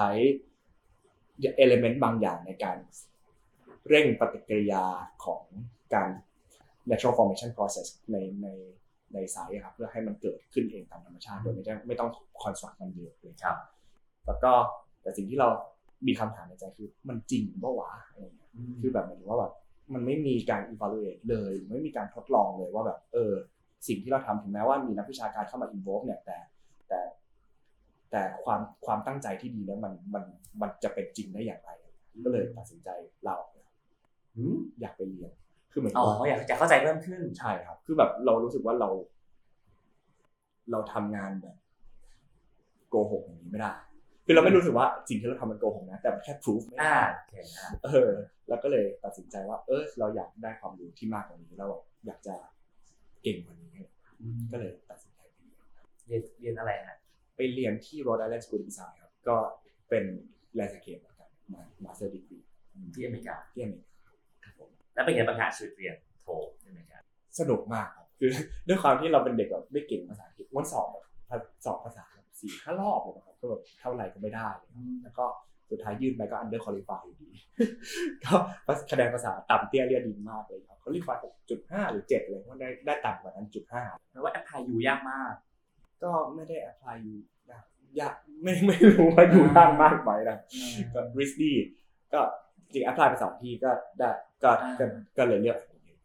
Speaker 1: element บางอย่างในการเร่งปฏิกิริยาของการ natural formation process ในไซต์ครับเพื่อให้มันเกิดขึ้นเองตามธรรมชาติโดยไม่ต้อง construct มันเยอะเลยครับแล้วก็แต่สิ่งที่เรามีคำถามในใจคือมันจริงป่ะวะอะไรเงี้ยคือแบบหมายถึงว่าแบบมันไม่มีการ evaluate เลยไม่มีการทดลองเลยว่าแบบสิ่งที่เราทำถึงแม้ว่ามีนักวิชาการเข้ามา involve เนี่ยแต่ความตั้งใจที่ดีแล้วมันจะเป็นจริงได้อย่างไรก็เลยตัดสินใจลาออกอยากไปเรียนคือเหมือน
Speaker 3: อยากจะเข้าใจเพิ่มขึ้น
Speaker 1: ใช่ครับคือแบบเรารู้สึกว่าเราทำงานแบบโกหกอย่างนี้ไม่ได้คือเราไม่รู้สึกว่าสิ่งที่เราทำมันโกหกนะแต่มันแค่ proof ไม่ได้แล้วก็เลยตัดสินใจว่าเราอยากได้ความรู้ที่มากกว่านี้แล้วอยากจะเก่งกว่านี้ก็เลยตัดสินใจ
Speaker 3: เรียนอะไรฮะ
Speaker 1: ไปเรียนที่ Rhode Island School of Design ครับก็เป็น landscape เหมือนกันmaster degree
Speaker 3: ที่อเมริกา
Speaker 1: ครับผม
Speaker 3: แล้วเป็นไงบ้างชีวิตเรียนโทที่อเมริกา
Speaker 1: สนุกมากครับคือด้วยความที่เราเป็นเด็กแบบไม่เก่งภาษาอังกฤษวันสอบภาษา 4-5 รอบเลยครับก็แบบเท่าไหร่ก็ไม่ได้แล้วก็สุดท้ายยื่นไปก็ under qualify อยู่ดีก็คะแนนภาษาต่ำเตี้ยเรียดินมากเลยครับ qualify 6.5 หรือ 7เลยเพราะได้ต่ำกว่านั้น 0.5
Speaker 3: แปลว่า apply อยู่ยากมาก
Speaker 1: ก็ไม่ได้ apply อยู่ยากไม่รู้ว่าอยู่ยากมากไหมนะก็ risky ก็จริง apply ไป2 ที่ก็ได้ก็เลยเลือก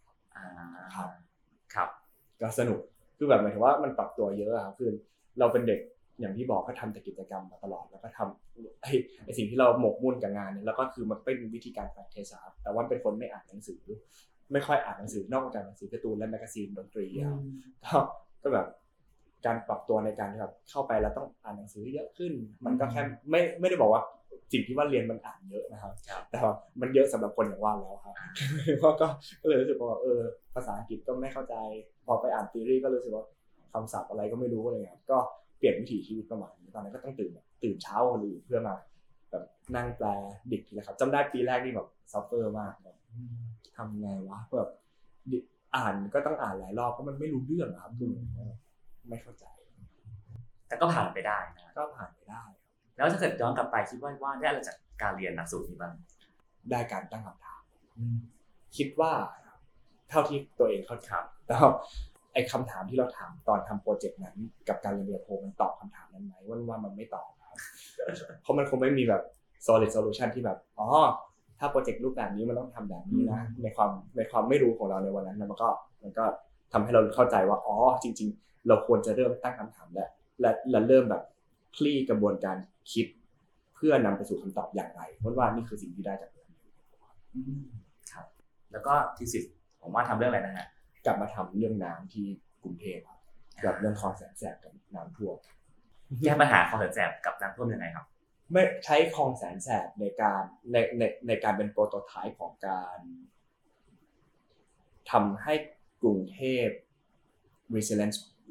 Speaker 3: ครับ
Speaker 1: ก็สนุกคือแบบหมายถึงว่ามันปรับตัวเยอะครับคือเราเป็นเด็กอย่างที่บอกก็ทำแต่กิจกรรมมาตลอดแล้วก็ทำไอ้สิ่งที่เราหมกมุ่นกับงานเนี่ยแล้วก็คือมันเป็นวิธีการ practice ครับแต่ว่าเป็นคนไม่อ่านหนังสือไม่ค่อยอ่านหนังสือนอกจากหนังสือการ์ตูนและแมกกาซีนดนตรีครับก็แบบการปรับตัวในการที่แบบเข้าไปแล้วต้องอ่านหนังสือเยอะขึ้นมันก็แค่ไม่ได้บอกว่าสิ่งที่ว่าเรียนมันอ่านเยอะนะครับแต่ว่ามันเยอะสำหรับคนอย่างว่าแล้วครับก็เลยรู้สึกว่าภาษาอังกฤษก็ไม่เข้าใจพอไปอ่านธีอรี่ก็รู้สึกว่าคำศัพท์อะไรก็ไม่รู้อะไรเงี้ยก็เปลี่ยนวิถีชีวิตประมาณนี้ตอนนั้นก็ต้องตื่นเช้าคนอื่นเพื่อมาแบบนั่งแปลดิกนะครับจำได้ปีแรกนี่แบบซัฟเฟอร์มากแบบทำไงวะแบบอ่านก็ต้องอ่านหลายรอบเพราะมันไม่รู้เรื่องครับคือไม่เข้าใจ
Speaker 3: แต่ก็ผ่านไปได้นะ
Speaker 1: ก็ผ่านไปได้
Speaker 3: แล้วถ้าเกิดย้อนกลับไปคิดว่าได้อะไรจากการเรียนหลักสูตรนี้บ้าง
Speaker 1: ได้การตั้งคำถามคิดว่าเท่าที่ตัวเองเข้าใจแต่ไอ้คำถามที่เราถามตอนทำโปรเจกต์นั้นกับการเรียนปริญญาโทมันตอบคำถามนั้นไหมว่ามันไม่ตอบครับเพราะมันคงไม่มีแบบ solid solution ที่แบบถ้าโปรเจกต์รูปแบบนี้มันต้องทำแบบนี้นะในความไม่รู้ของเราในวันนั้นมันก็ทำให้เราเข้าใจว่าจริงๆเราควรจะเริ่มตั้งคำถามและเริ่มแบบคลี่กระบวนการคิดเพื่อนำไปสู่คำตอบอย่างไรว่านี่คือสิ่งที่ได้จากเรื่องนี้
Speaker 3: ครับแล้วก็ทีสิผมว่าทำเรื่องอะไรนะฮะ
Speaker 1: กลับมาทำเรื่องน้ำที่กรุงเทพกับเรื่องคลองแสนแสบกับน้ำท่วม
Speaker 3: แก้ปัญหาคลองแสนแสบกับน้ำท่วมยังไงครับ
Speaker 1: ไม่ใช้คลองแสนแสบในการเป็นโปรโตไทป์ของการทำให้กรุงเทพ resilience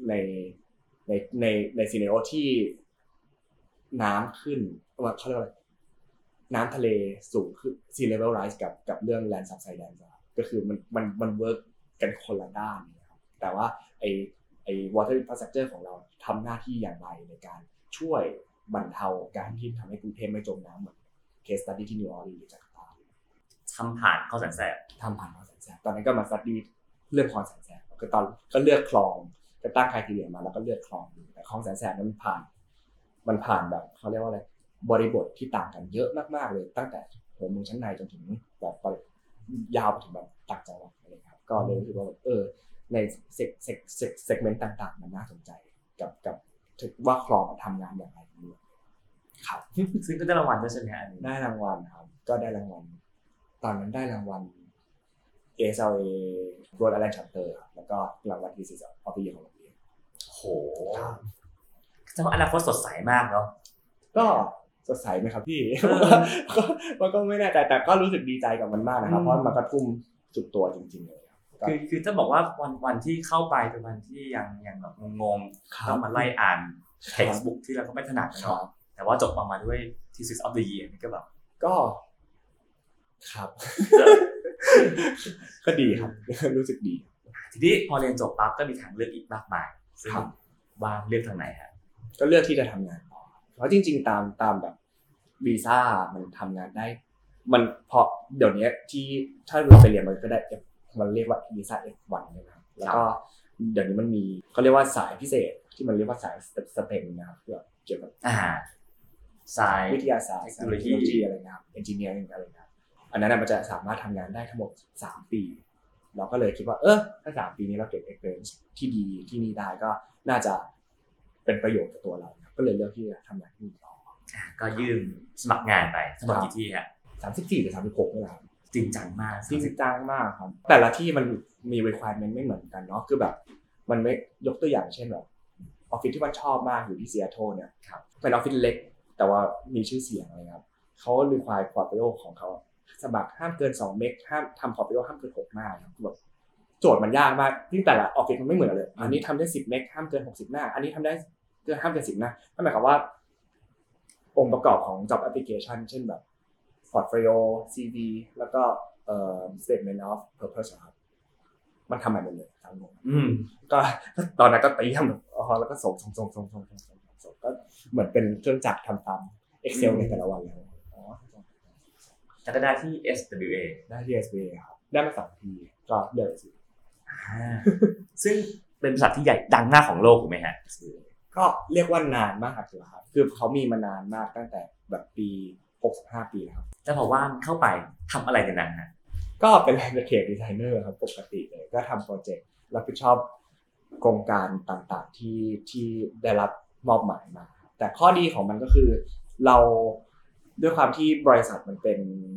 Speaker 1: ในในในซีเนโอที่น้ำขึ้นว่าเขาเรียกว่าน้ำทะเลสูงขึ้น sea level rise กับเรื่อง land subsidence ก็คือมันเวิร์กกันคนละด้านนะครับแต่ว่าไอ้ water infrastructure ของเราทำหน้าที่อย่างไรในการช่วยบรรเทาการที่ทำให้กรุงเทพไม่จมน้ำเหมือน case study ที่นิวออร์ลีนส์หรือจาการ์ตา
Speaker 3: ทำผ่านข้อแสนแสบ
Speaker 1: ทำผ่านคลองแสนแสบตอนนั้นก็มา study เรื่องคลองแสนแสบก็เลือกคลองก็ตั้งไครทีเรียมาแล้วก็เลือกคลองแต่คลองแสนแสบนั้นมันผ่านแบบเขาเรียกว่าอะไรบริบทที่ต่างกันเยอะมากๆเลยตั้งแต่หัวเมืองชั้นในจนถึงแบบยาวไปถึงแบบต่างจังหวัดอะไรครับก็เลยรู้สึกว่าในเซกเมนต์ต่างๆมันน่าสนใจกับถึงว่าคลองมันทำงานอย่างไรด้วยครับ
Speaker 3: ซึ่งก็ได้รางวัลด้วยใช่ไหมอันนี้
Speaker 1: ได้รางวัลครับก็ได้รางวัลตอนนั้นได้รางวัล ASLA Rhode Island Chapter ครับแล้วก็รางวัล Thesis of the Year ของโรงเรียน
Speaker 3: โหเจ้าอนาคตสดใสมากเนาะ
Speaker 1: ก็สดใสไหมครับพี่มันก็ไม่แน่ใจแต่ก็รู้สึกดีใจกับมันมากนะครับเพราะมันก็ทุ่มสุดตัวจริงๆเลย
Speaker 3: คือจะบอกว่าวันที่เข้าไปเป็นวันที่ยังแบบงงๆต้องมาไล่อ่าน textbook ที่เราก็ไม่ถนัดเนาะแต่ว่าจบออกมาด้วย Thesis of the Year นี่ก็แบบ
Speaker 1: ก็ครับก็ดีครับรู้สึกดี
Speaker 3: ทีนี้พอเรียนจบปั๊บก็มีทางเลือกอีกมากมายซึ่งว่าเลือกทางไหนฮะ
Speaker 1: ก็เลือกที่จะทำงานต่อเพราะจริงๆตามแบบวีซ่ามันทำงานได้มันพอเดี๋ยวนี้ที่ถ้าเราไปเรียนมันก็ได้มันเรียกว่าวีซ่า F1 นะครับแล้วก็เดี๋ยวนี้มันมีเขาเรียกว่าสายพิเศษที่มันเรียกว่าสายสเต็มนะครับเกี่ยวกับ
Speaker 3: สาย
Speaker 1: วิทยาศาสตร์เทคโนโลยีอะไรนะครับเอนจิเนียริงอะไรนะครับอันนั้นมันจะสามารถทำงานได้ทั้งหมด3ปีเราก็เลยคิดว่าถ้า3ปีนี้เราเก็บ experience ที่ดีที่นี่ได้ก็น่าจะเป็นประโยชน์กับตัวเราก็เลยเลือกที่จะทำงานที่นี่ต่อ
Speaker 3: ก็ยื่นสมัครงานไปทั้งหมดกี่ที่ฮะ
Speaker 1: 34หรือ36นี่แหละครับ
Speaker 3: จริงจังมาก
Speaker 1: จริงจังมากครับแต่ละที่มันมี requirement ไม่เหมือนกันเนาะคือแบบมันไม่ยกตัวอย่างเช่นแบบออฟฟิศที่มันชอบมากอยู่ที่ซีแอตเทิลเนี่ยเป็นออฟฟิศเล็กแต่ว่ามีชื่อเสียงอะไรครับเขา require portfolio ของเขาสมัครห้ามเกิน2เมกห้ามทำ portfolio ห้ามเกิน6หน้าครับแบบโจทย์มันยากมากที่แต่ละออฟฟิศมันไม่เหมือนเลยอันนี้ทำได้10เมกห้ามเกิน60หน้าอันนี้ทำได้ห้ามเกิน10หน้านั่นหมายความว่าองค์ประกอบของ job application เช่นแบบ portfolio CV แล้วก็statement of purpose ครับมันทำใหม่หมดเลยทั้งหมดก็ตอนนั้นก็ตีทำแบบแล้วก็ส่งก็เหมือนเป็นเครื่องจักรทำตาม Excel ในแต่ละวันเลย
Speaker 3: แล้วก็ได้ที่ SWA
Speaker 1: ได้ที่ SWA ครับได้มา2ทีก็เลือกสิ
Speaker 3: ซึ่งเป็นบริษัทที่ใหญ่ดังมากของโลกถูกไหมฮะ
Speaker 1: ก็เรียกว่านานมากครับคือเขามีมานานมากตั้งแต่แบบปี65ปีแล้วครับ
Speaker 3: แต่พอว่างเข้าไปทำอะไรกันนั้นฮะ
Speaker 1: ก็เป็นcreative designer ครับปกติเลยก็ทำโปรเจกต์รับผิดชอบโครงการต่างๆที่ได้รับมอบหมายมาแต่ข้อดีของมันก็คือเราด้วยความที่บริษัทมันเป็น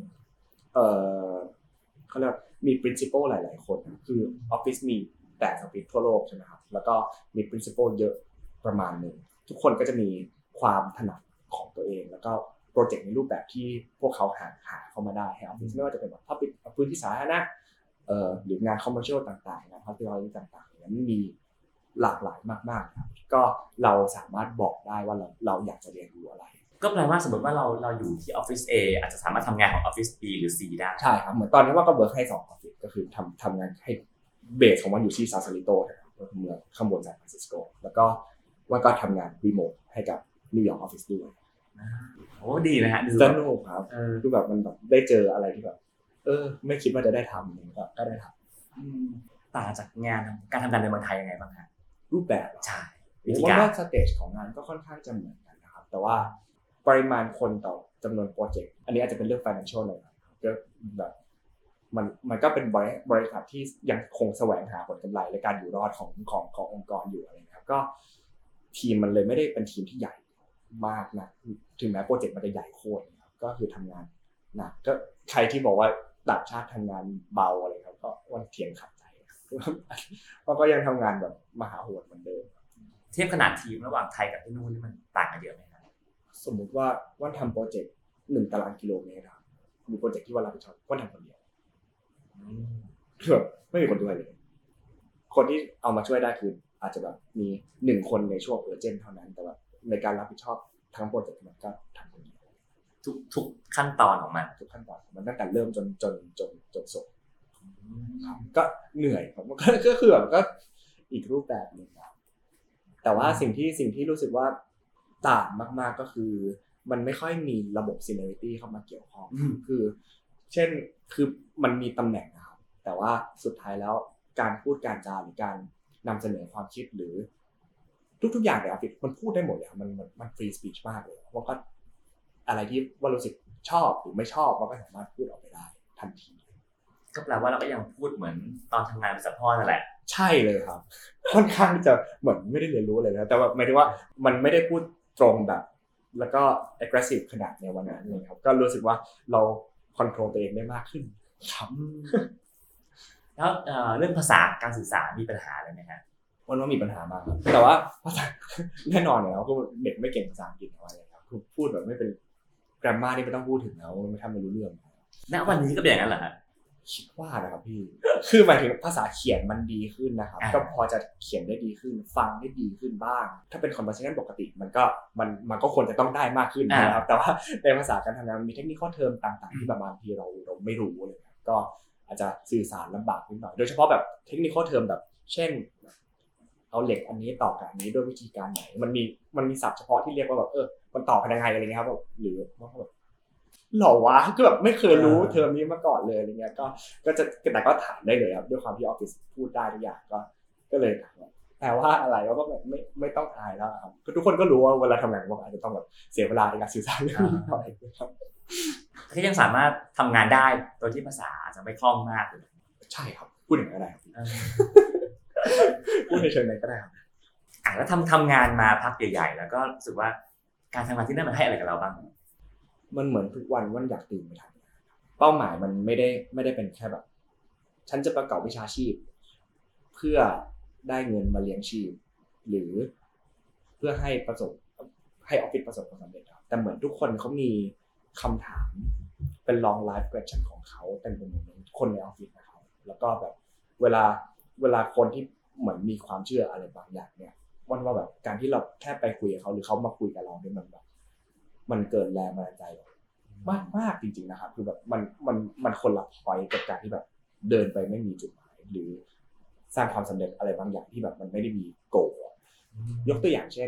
Speaker 1: เขาเรียกมี principal หลายๆคนคือออฟฟิศมี8ออฟฟิศทั่วโลกใช่ไหมครับแล้วก็มี principal เยอะประมาณนึงทุกคนก็จะมีความถนัดของตัวเองแล้วก็โปรเจกต์ในรูปแบบที่พวกเขาหาเข้ามาได้ให้ออฟฟิศไม่ว่าจะเป็นแบบ public พื้นที่สาธารณะหรืองาน commercial ต่างๆงาน hospitality ต่างๆมันมีหลากหลายมากๆครับก็เราสามารถบอกได้ว่าเราอยากจะเรียนรู้อะไร
Speaker 3: ก็แปลว่าสมมติว่าเราอยู่ที่ออฟฟิศ A อาจจะสามารถทำงานของออฟฟิศ B หรือ C ได้
Speaker 1: ใช่ครับเหมือนตอนนี้ว่าก็เวิร์คให้2ออฟฟิศก็คือทำงานให้เบสของมันอยู่ที่ซาซาริโตนะครับเมืองข้างบนซานฟรานซิสโกแล้วก็ว่าก็ทำงานรีโมทให้กับนิวยอร์กออฟฟิศด้วย
Speaker 3: โอ้ดีนะฮะ
Speaker 1: สนุกครับคือแบบมันแบบได้เจออะไรที่แบบไม่คิดว่าจะได้ทำก็ได้ท
Speaker 3: ำต่างจากงานการทำงานในเมืองไทยยังไงบ้างฮะ
Speaker 1: รูปแบบ
Speaker 3: ใช่
Speaker 1: ผมว่าสเตจของงานก็ค่อนข้างจะเหมือนกันนะครับแต่ว่าปริมาณคนต่อจำนวนโปรเจกต์อันนี้อาจจะเป็นเรื่อง financial เลยก็แบบมันก็เป็นบริษัทที่ยังคงแสวงหาผลกำไรและการอยู่รอดขององค์กรอยู่อะไรนะครับก็ทีมมันเลยไม่ได้เป็นทีมที่ใหญ่มากนะถึงแม้โปรเจกต์มันจะใหญ่โคตรก็คือทำงานนะก็ใครที่บอกว่าต่างชาติทำงานเบาอะไรครับก็วันเถียงขัดใจเพราะก็ยังทำงานแบบมหาโหดเหมือนเดิม
Speaker 3: เทียบขนาดทีมระหว่างไทยกับที่นู่นนี่มันต่างกันเยอะไหมครับ
Speaker 1: สมมุติว่าวันทำโปรเจกต์1ตารางกิโลเมตรครับมีโปรเจกต์ที่วันรับผิดชอบวันทำคนเดียวไม่มีคนด้วยเลยคนที่เอามาช่วยได้คืออาจจะแบบมี1คนในช่วงเออร์เจนเท่านั้นแต่ว่าในการรับผิดชอบทั้งโปรเจกต์มันก็ทำคนเดียว
Speaker 3: ทุกขั้นตอนของมัน
Speaker 1: ทุกขั้นตอนมันตั้งแต่เริ่มจนจบครับก็เหนื่อยครับก็คือแบบก็อีกรูปแบบหนึ่งครับแต่ว่าสิ่งที่รู้สึกว่าต่างมากๆก็คือมันไม่ค่อยมีระบบ seniority เข้ามาเกี่ยวข้องคือเช่นคือมันมีตำแหน่งนะครับแต่ว่าสุดท้ายแล้วการพูดการจาหรือการนำเสนอความคิดหรือทุกอย่างในออฟฟิศมันพูดได้หมดเลยครับมันฟรีสปีชมากเลยว่าก็อะไรที่ว่ารู้สึกชอบหรือไม่ชอบเราก็สามารถพูดออกไปได้ทันที
Speaker 3: ก็แปลว่าเราก็ยังพูดเหมือนตอนทำงานเป็นสัมภาษณ์นั่นแหละ
Speaker 1: ใช่เลยครับค่อนข้างจะเหมือนไม่ได้เรียนรู้เลยนะแต่ว่าหมายถึงว่ามันไม่ได้พูดตรงแบบแล้วก็ aggressive ขนาดในวันนั้นเลยครับก็รู้สึกว่าเราคอนโทรลตัวเองได้มากขึ้นครับ
Speaker 3: แล้วเรื่องภาษาการสื่อสารมีปัญหาอะไรไหมฮะ
Speaker 1: ว่ามีปัญหามากครับแต่ว่าภาษาแน่นอนเนี่ยเราก็เด็กไม่เก่งภาษาอังกฤษอะไรครับคือพูดแบบไม่เป็น grammar นี่ไม่ต้องพูดถึงแล้วไม่ทำไม่รู้เรื่อง
Speaker 3: ณวันนี้ก็เป็นอย่างนั้นเหรอฮะ
Speaker 1: คิดว่านะครับพี่คือหมายถึงภาษาเขียนมันดีขึ้นนะครับก็พอจะเขียนได้ดีขึ้นฟังได้ดีขึ้นบ้างถ้าเป็น conversation ปกติมันก็ควรจะต้องได้มากขึ้นนะครับแต่ว่าในภาษาการทำงานมีเทคนิคเทอมต่างๆที่บางทีเราไม่รู้เลยก็อาจจะสื่อสารลำบากนิดหน่อยโดยเฉพาะแบบเทคนิคเทอมแบบเช่นเอาเหล็กอันนี้ต่อกับอันนี้ด้วยวิธีการไหนมันมีศัพท์เฉพาะที่เรียกว่าแบบมันต่อกันยังไงอะไรเงี้ยครับหรือว่าแบบหรอวะคือแบบไม่เคยรู้เทอมนี้มาก่อนเลยอะไรเงี้ยก็จะแต่ก็ถามได้เลยครับด้วยความที่ออฟฟิศพูดได้ทุกอย่างก็เลยถามว่าแปลว่าอะไรก็แบบไม่ต้องอายแล้วครับทุกคนก็รู้ว่าเวลาทำงานก็อาจจะต้องแบบเสียเวลาในการสื่อสารเรื่องนี้หน่อยครับ
Speaker 3: ที่ยังสามารถทำงานได้โดยที่ภาษาอาจจะไม่คล่องมากเลย
Speaker 1: ใช่ครับพูดอย่างไรก็ได้พูดในเชิงไหนก็ได้ครับ
Speaker 3: แล้วทำงานมาพักใหญ่ๆแล้วก็รู้สึกว่าการทำงานที่นั่นมันให้อะไรกับเราบ้าง
Speaker 1: มันเหมือนทุกวันอยากตื่นไปทำงานเป้าหมายมันไม่ได้เป็นแค่แบบฉันจะประกอบวิชาชีพเพื่อได้เงินมาเลี้ยงชีพหรือเพื่อให้ออฟฟิศประสบความสำเร็จครับแต่เหมือนทุกคนเขามีคำถามเป็น long life question ของเขาเต็มไปหมดเลยคนในออฟฟิศนะครับแล้วก็แบบเวลาคนที่เหมือนมีความเชื่ออะไรบางอย่างเนี่ยว่าแบบการที่เราแค่ไปคุยกับเขาหรือเขามาคุยกับเราเนี่ยมันเกิดแรงบันดาลใจมากจริงๆนะครับคือแบบมันคนละพอยต์กับการที่แบบเดินไปไม่มีจุดหมายหรือสร้างความสำเร็จอะไรบางอย่างที่แบบมันไม่ได้มีโกยกตัวอย่างเช่น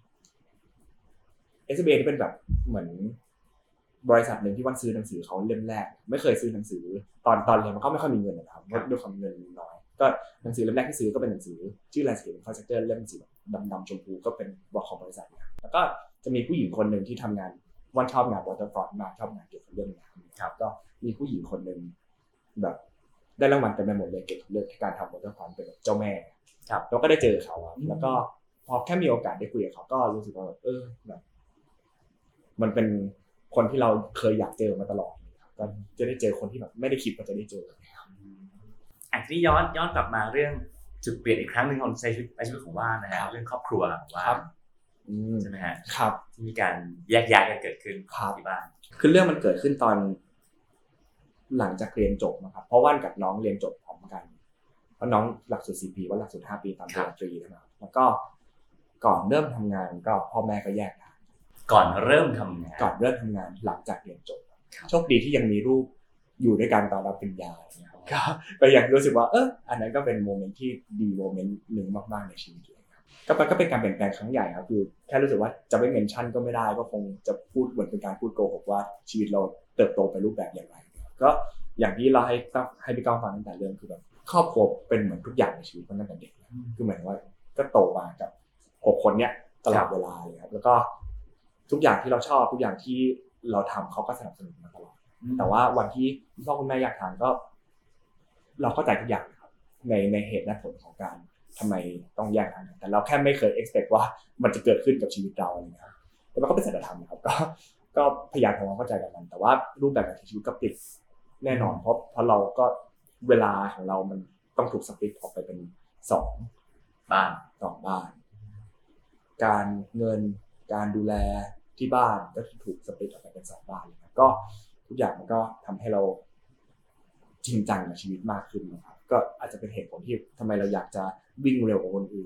Speaker 1: SBA ที่เป็นแบบเหมือนบริษัทหนึ่งที่วันซื้อหนังสือเขาเล่มแรกไม่เคยซื้อหนังสือตอนเรียนมันก็ไม่ค่อยมีเงินนะครับด้วยความเงินน้อยก็หนังสือเล่มแรกที่ซื้อก็เป็นหนังสือชื่อ Landscape Infrastructure เล่มสีดำชมพูก็เป็นบล็อกของบริษัทเนี่ยแล้วก็จะมีผู้หญิงคนหนึ่งที่ทำงานวันชอบงาน waterfront มากชอบงานเกี่ยวกับเรื่องน้ำครับก็มีผู้หญิงคนหนึ่งแบบได้รางวัลเต็มไปหมดเลยเกี่ยวกับเรื่องการทำ waterfront เป็นแบบเจ้าแม่
Speaker 3: ครับ
Speaker 1: แล้วก็ได้เจอเขาแล้วก็พอแค่มีโอกาสได้คุยกับเขาก็รู้สึกว่าแบบมันเป็นคนที่เราเคยอยากเจอมาตลอดก็จะได้เจอคนที่แบบไม่ได้คิดว่าจะได้เจอ
Speaker 3: ทีนี้ย้อนกลับมาเรื่องจุดเปลี่ยนอีกครั้งหนึ่งของในชีวิตของว่านนะฮะเรื่องครอบครัวของว่านใช่ไหมฮะ
Speaker 1: ครับ
Speaker 3: ที่มีการแยกย้ายกันเกิดขึ้นที่บ้าน
Speaker 1: คือเรื่องมันเกิดขึ้นตอนหลังจากเรียนจบนะครับเพราะว่านกับน้องเรียนจบพร้อมกันเพราะน้องหลักสูตร4 ปีว่าหลักสูตร5 ปีตามปริญญาตรีนะครับแล้วก็ก่อนเริ่มทำงานก็พ่อแม่ก็แยกทาง
Speaker 3: ก่อนเริ่มทำงาน
Speaker 1: หลังจากเรียนจบโชคดีที่ยังมีรูปอยู่ด้วยกันตอนรับปริญญานะครับก็ยังรู้สึกว่าอันนั้นก็เป็นโมเมนต์ที่ดีโมเมนต์หนึ่งมากๆในชีวิตก็เป็นการเปลี่ยนแปลงครั้งใหญ่ครับคือแค่รู้สึกว่าจะไม่เมนชั่นก็ไม่ได้ก็คงจะพูดเหมือนเป็นการพูดโกหกว่าชีวิตเราเติบโตไปรูปแบบอย่างไรก็อย่างที่เราให้พี่ก้าวฟังตั้งแต่เรื่องคือแบบครอบครัวเป็นเหมือนทุกอย่างในชีวิตตั้งแต่เด็กคือหมายถึงว่าก็โตมากับ6 คนเนี้ยตลอดเวลาเลยครับแล้วก็ทุกอย่างที่เราชอบทุกอย่างที่เราทำเขาก็สนับสนุนมาตลอดแต่ว่าวันที่พ่อคุณแม่อยากทานก็เราเข้าใจทุกอย่างครับในเหตุและผลของการทำไมต้องแยกทางกันแต่เราแค่ไม่เคย expect ว่ามันจะเกิดขึ้นกับชีวิตเราอะไรเงี้ยแต่มันก็เป็นศีลธรรมนะครับก็พยายามทำความเข้าใจกับมันแต่ว่ารูปแบบการใช้ชีวิตก็ปิดแน่นอนเพราะเราก็เวลาของเรามันต้องถูกสปลิตออกไปเป็น2 บ้านการเงินการดูแลที่บ้านก็ถูกสปลิตออกไปเป็น2 บ้านก็ทุกอย่างมันก็ทำให้เราจริงจังกับชีวิตมากขึ้นนะครับก็อาจจะเป็นเหตุผลที่ทำไมเราอยากจะวิ่งเร็วกว่าคนอื่น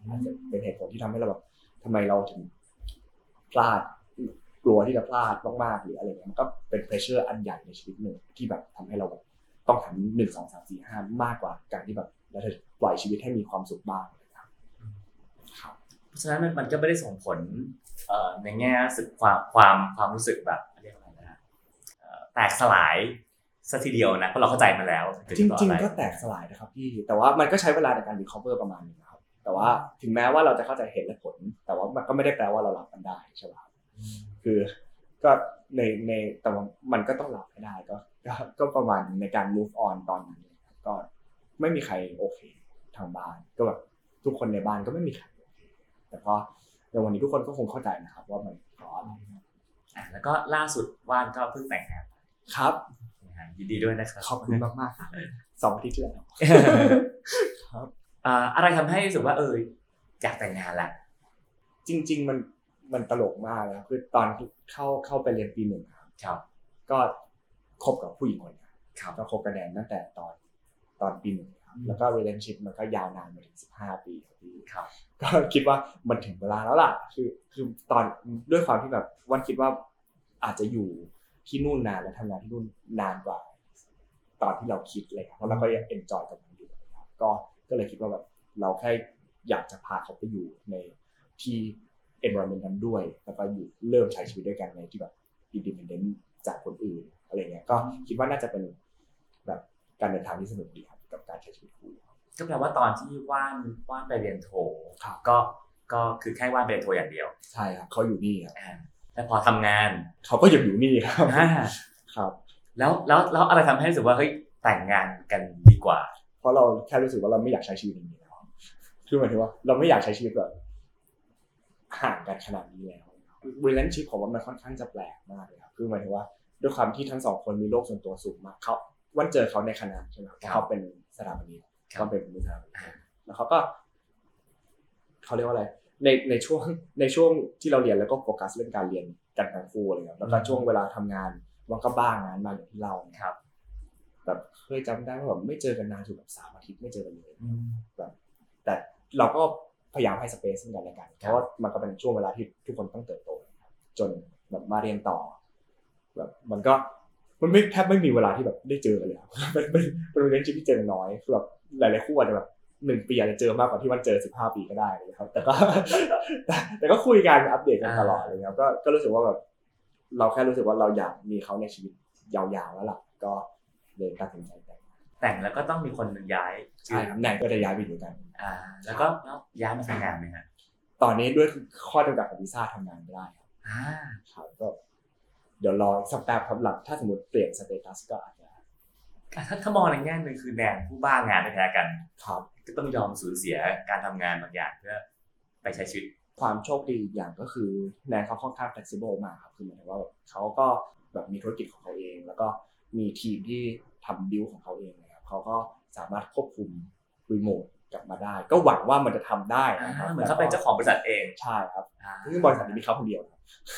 Speaker 1: อาจจะเป็นเหตุผลที่ทำให้เราแบบทำไมเราถึงพลาดกลัวที่จะพลาดมากๆหรืออะไรเงี้ยมันก็เป็น pressure อันใหญ่ในชีวิตหนึ่งที่แบบทำให้เราแบบต้องทำ1 2 3 4 5มากกว่าการที่แบบเราจะปล่อยชีวิตให้มีความสุขบ้างครับ
Speaker 3: เพราะฉะนั้นมันก็ไม่ได้ส่งผลในแง่รู้สึกความรู้สึกแบบเรียกอะไรนะแตกสลายซะทีเดียวนะเพราะเราเข้าใจมาแล้ว
Speaker 1: จริงๆก็แตกสลายนะครับพี่แต่ว่ามันก็ใช้เวลาในการ recover ประมาณนึงครับแต่ว่าถึงแม้ว่าเราจะเข้าใจเหตุและผลแต่ว่ามันก็ไม่ได้แปลว่าเรารับมันได้ใช่ไหมครับคือก็ในแต่ว่ามันก็ต้องรับให้ได้ก็ประมาณในการ move on ตอนนั้นก็ไม่มีใครโอเคทางบ้านก็แบบทุกคนในบ้านก็ไม่มีใครโอเคแต่ก็ในวันนี้ทุกคนก็คงเข้าใจนะครับว่ามันเพราะอะไร
Speaker 3: แล้วก็ล่าสุดว่านก็เพิ่งแต่งงาน
Speaker 1: ครับ
Speaker 3: ยินดีด้วยนะครับ
Speaker 1: ขอบคุณมากๆครับ2 อาทิตย์ที่แล้วครับ
Speaker 3: อะไรทำให้รู้สึกว่าอยากแต่งงานละ
Speaker 1: จริงๆมันตลกมากเลยครับคือตอนเข้าไปเรียนปี 1ครับก็คบกับผู้หญิงคนนึงครับก็คบกันตั้งแต่ตอนปี 1ครับแล้วก็ relationship มันก็ยาวนานมาถึง15 ปี
Speaker 3: ครับ
Speaker 1: ก็คิดว่ามันถึงเวลาแล้วล่ะคือตอนด้วยความที่แบบวันคิดว่าอาจจะอยู่ที่นู่นนานและทำงานที่นู่นนานกว่าตอนที่เราคิดเลยครับเพราะเราก็ยัง enjoy กับมันอยู่ครับก็เลยคิดว่าแบบเราแค่อยากจะพาเขาไปอยู่ในที่ environment นั้นด้วยแล้วก็อยู่เริ่มใช้ชีวิตด้วยกันในที่แบบ independent จากคนอื่นอะไรเงี้ยก็คิดว่าน่าจะเป็นแบบการเดินทางที่สนุกดีครับกับการใช้ชีวิตคู่
Speaker 3: ก็แปลว่าตอนที่ว่านไปเรียนโทก็คือแค่ว่านไปเรียนโทอย่างเดียว
Speaker 1: ใช่ครับเขาอยู่นี่ครับ
Speaker 3: แล้วพอทำงาน
Speaker 1: เขาก็อยู่นี่ครับครับ
Speaker 3: แล้วอะไรทำให้รู้สึกว่าเฮ้ยแต่งงานกันดีกว่า
Speaker 1: เพราะเราแค่รู้สึกว่าเราไม่อยากใช้ชีวิตอย่างนี้แล้วคือหมายถึงว่าเราไม่อยากใช้ชีวิตแบบห่างกันขนาดนี้แล้ว relationship ของมันค่อนข้างจะแปลกมากเลยครับคือหมายถึงว่าด้วยความที่ทั้ง2คนมีโลกส่วนตัวสูงมากวันเจอเขาในคณะใช่ไหมเขาเป็นสถาปนิกก็เป็นมือสถาปนิกแล้วเขาเรียกว่าอะไรในช่วงที่เราเรียนแล้วก็โฟกัสเรื่องการเรียนกันทั้งคู่อะไรเงี้ยแล้วก็ช่วงเวลาทำงานมันก็บ้างงานมาอย่างที่เรา
Speaker 3: ครับ
Speaker 1: แบบเคยจำได้ว่าแบบไม่เจอกันนานถึงแบบ3 อาทิตย์ไม่เจอกันเลยแบบแต่เราก็พยายามให้สเปซซึ่งกันและกันเพราะว่ามันก็เป็นช่วงเวลาที่ทุกคนต้องเติบโตจนแบบมาเรียนต่อแบบมันไม่แทบไม่มีเวลาที่แบบได้เจอกันเลยเป็นเรื่องที่เจอน้อยคือแบบหลายๆคู่อาจจะแบบ1 ปีอาจจะเจอมากกว่าที่มันเจอ15 ปีก็ได้เลยครับแต่ก็คุยกันอัปเดตกันตลอดเลยครับก็รู้สึกว่าแบบเราแค่รู้สึกว่าเราอยากมีเขาในชีวิตยาวๆแล้วล่ะก็เลยตัดสินใจ
Speaker 3: แต่งแล้วก็ต้องมีคนนึงย้าย
Speaker 1: ใช่ครับแนนก็จะย้ายไปอยู่กัน
Speaker 3: แล้วก็ย้ายมาทำงานไหมฮะ
Speaker 1: ตอนนี้ด้วยข้อจำกัดของวีซ่าทำงานไม่ได้ครับก็เดี๋ยวรอสักแป๊บครับหลังถ้าสมมติเปลี่ยนสเตตัสก็อาจจะ
Speaker 3: ถ้ามองในแง่นึงคือแนนผู้บ้างานแท้ๆกัน
Speaker 1: ครับ
Speaker 3: ก็ต้องยอมสูญเสียการทำงานบางอย่างเพื่อไปใช้ชีวิต
Speaker 1: ความโชคดีอีกอย่างก็คือแนนเขาค่อนข้าง flexible มากครับคือหมายถึงว่าเขาก็แบบมีธุรกิจของเขาเองแล้วก็มีทีมที่ทำดิวของเขาเองนะครับเขาก็สามารถควบคุมรีโมทกลับมาได้ก็หวังว่ามันจะทำได้
Speaker 3: นะครับเหมือนเขาเป็นเจ้าของบริษัทเอง
Speaker 1: ใช่ครับซึ่งบริษัทนี้มีเขาคนเดียวครับ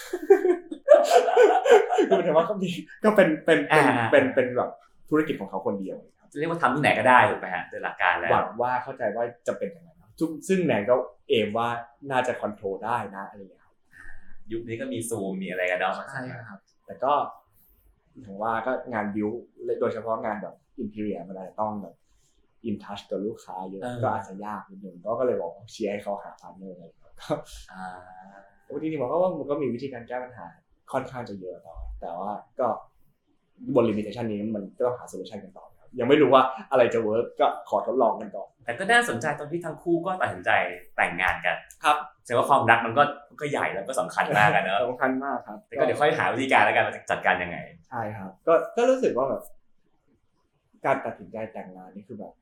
Speaker 1: คือหมายถึงว่าก็เป็นแบบธุรกิจของเขาคนเดียว
Speaker 3: เรียกว่าทำที่ไหนก็ได้ถูกไหมฮะโดยหลักการแล้ว
Speaker 1: หวังว่าเข้าใจว่าจะเป็นอย่างนั้นซึ่งแนนก็เอมว่าน่าจะคอนโทรลได้นะอะไรอย่างเงี้ยครับ
Speaker 3: ยุคนี้ก็มีซูมมีอะไรกันเนาะ
Speaker 1: ใช่ครับแต่ก็ถึงว่าก็งานบิวโดยเฉพาะงานแบบอินทีเรียมันอาจจะต้องแบบอินทัชกับลูกค้าเยอะก็อาจจะยากนิดนึงก็เลยบอกเชียร์ให้เขาหาพาร์ทเนอร์อะไรก็จริงๆบอกว่ามันก็มีวิธีการแก้ปัญหาค่อนข้างจะเยอะแต่ว่าก็บนลิมิเตชันนี้มันก็ต้องหาโซลูชันกันต่อยังไม่รู้ว่าอะไรจะเวิร์กก็ขอทดลองกันก่อน
Speaker 3: แต่ก็น่าสนใจตรงที่ทั้งคู่ก็ตัดสินใจแต่งงานกัน
Speaker 1: ครับ
Speaker 3: แสดงว่าความรักมันก็ใหญ่แล้วก็สำคัญมากกันเนอะ
Speaker 1: สำคัญมากครับ
Speaker 3: แต่ก็เดี๋ยวค่อยหาวิธีการแล้วกันจัดการยังไง
Speaker 1: ใช่ครับก็รู้สึกว่าแบบการตัดสินใจแต่งงานนี่คือแบบ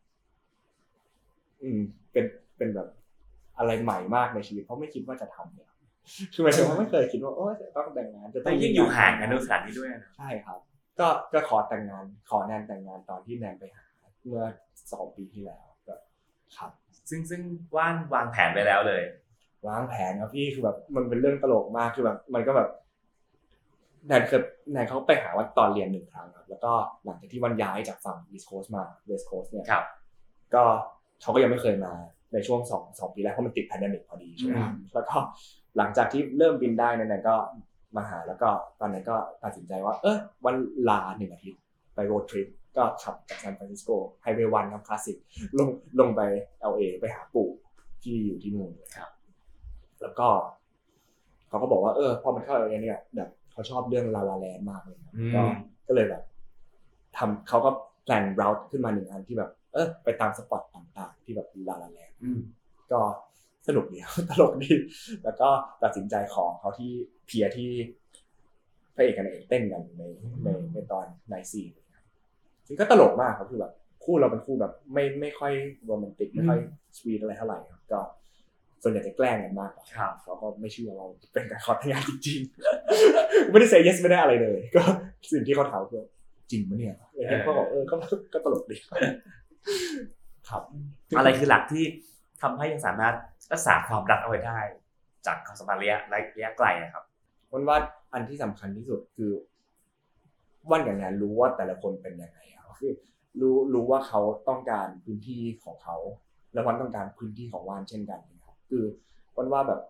Speaker 1: เป็นแบบอะไรใหม่มากในชีวิตเพราะไม่คิดว่าจะทำเนี่ยคือหมายถึงว่าไม่เคยคิดว่าโอ๊ยต้องแต่งงานจะต้อง
Speaker 3: ยิ่งอยู่ห่างกันด้วยขนาดนี้ด้วยนะ
Speaker 1: ใช่ครับก็ขอแนนแต่งงานตอนที่แนนไปหาเมื่อ2 ปีที่แล้วก็ครับ
Speaker 3: ซึ่งว่านวางแผนไปแล้วเลยว
Speaker 1: างแผนครับพี่คือแบบมันเป็นเรื่องตลกมากคือแบบมันก็แบบแนนเขาไปหาวันตอนเรียน1 ครั้งครับแล้วก็หลังจากที่วันย้ายจากฝั่ง East Coast มา West Coast เนี่ยก็เขาก็ยังไม่เคยมาในช่วงสองปีแรกเพราะมันติดแพนเดมิกพอดีใช่ไหมครับแล้วก็หลังจากที่เริ่มบินได้นั่นก็มาหาแล้วก็ตอนนั้นก็ตัดสินใจว่าวันลา1 อาทิตย์ไปโรดทริปก็ขับจากซานฟรานซิสโกไฮเวย์1ครับคลาสสิกลงไป LA ไปหาปู่ที่อยู่ที่นู่นครับแล้วก็เขาก็บอกว่าพอมันเข้า LA เนี่ยแบบเขาชอบเรื่องลาลาแลนด์มากเลยก็เลยแบบเขาก็แพลนรูทขึ้นมา1 อันที่แบบไปตามสปอตต่างๆที่แบบลาลาแลนด์ก็สนุกดีตลกดีแล้วก็ตัดสินใจขอเขาที่เพียร์ที่พระเอกกับนางเอกเต้นกันในตอนไนท์ซีนซึ่งก็ตลกมากครับคือแบบคู่เราเป็นคู่แบบไม่ค่อยโรแมนติกไม่ค่อยสวีทอะไรเท่าไหร่ครับก็ส่วนใหญ่จะแกล้งกันมากกว่าเขาก็ไม่เชื่อเราเป็นการขอทำงานจริงๆไม่ได้เซย์ yes ไม่ได้อะไรเลยก็สิ่งที่เขาถามคือจริงมั้ยเนี่ยเขาบอกก็ตลกดีครับ
Speaker 3: อะไรคือหลักที่ทำให้ยังสามารถรักษาความรักเอาไว้ได้จากความสัมพันธ์ระยะไกลนะครับ
Speaker 1: วันว่าอันที่สำคัญที่สุดคือวันกับงานรู้ว่าแต่ละคนเป็นยังไงคือรู้ว่าเขาต้องการพื้นที่ของเขาและวันต้องการพื้นที่ของว่านเช่นกันนะครับคือวันว่าแบบ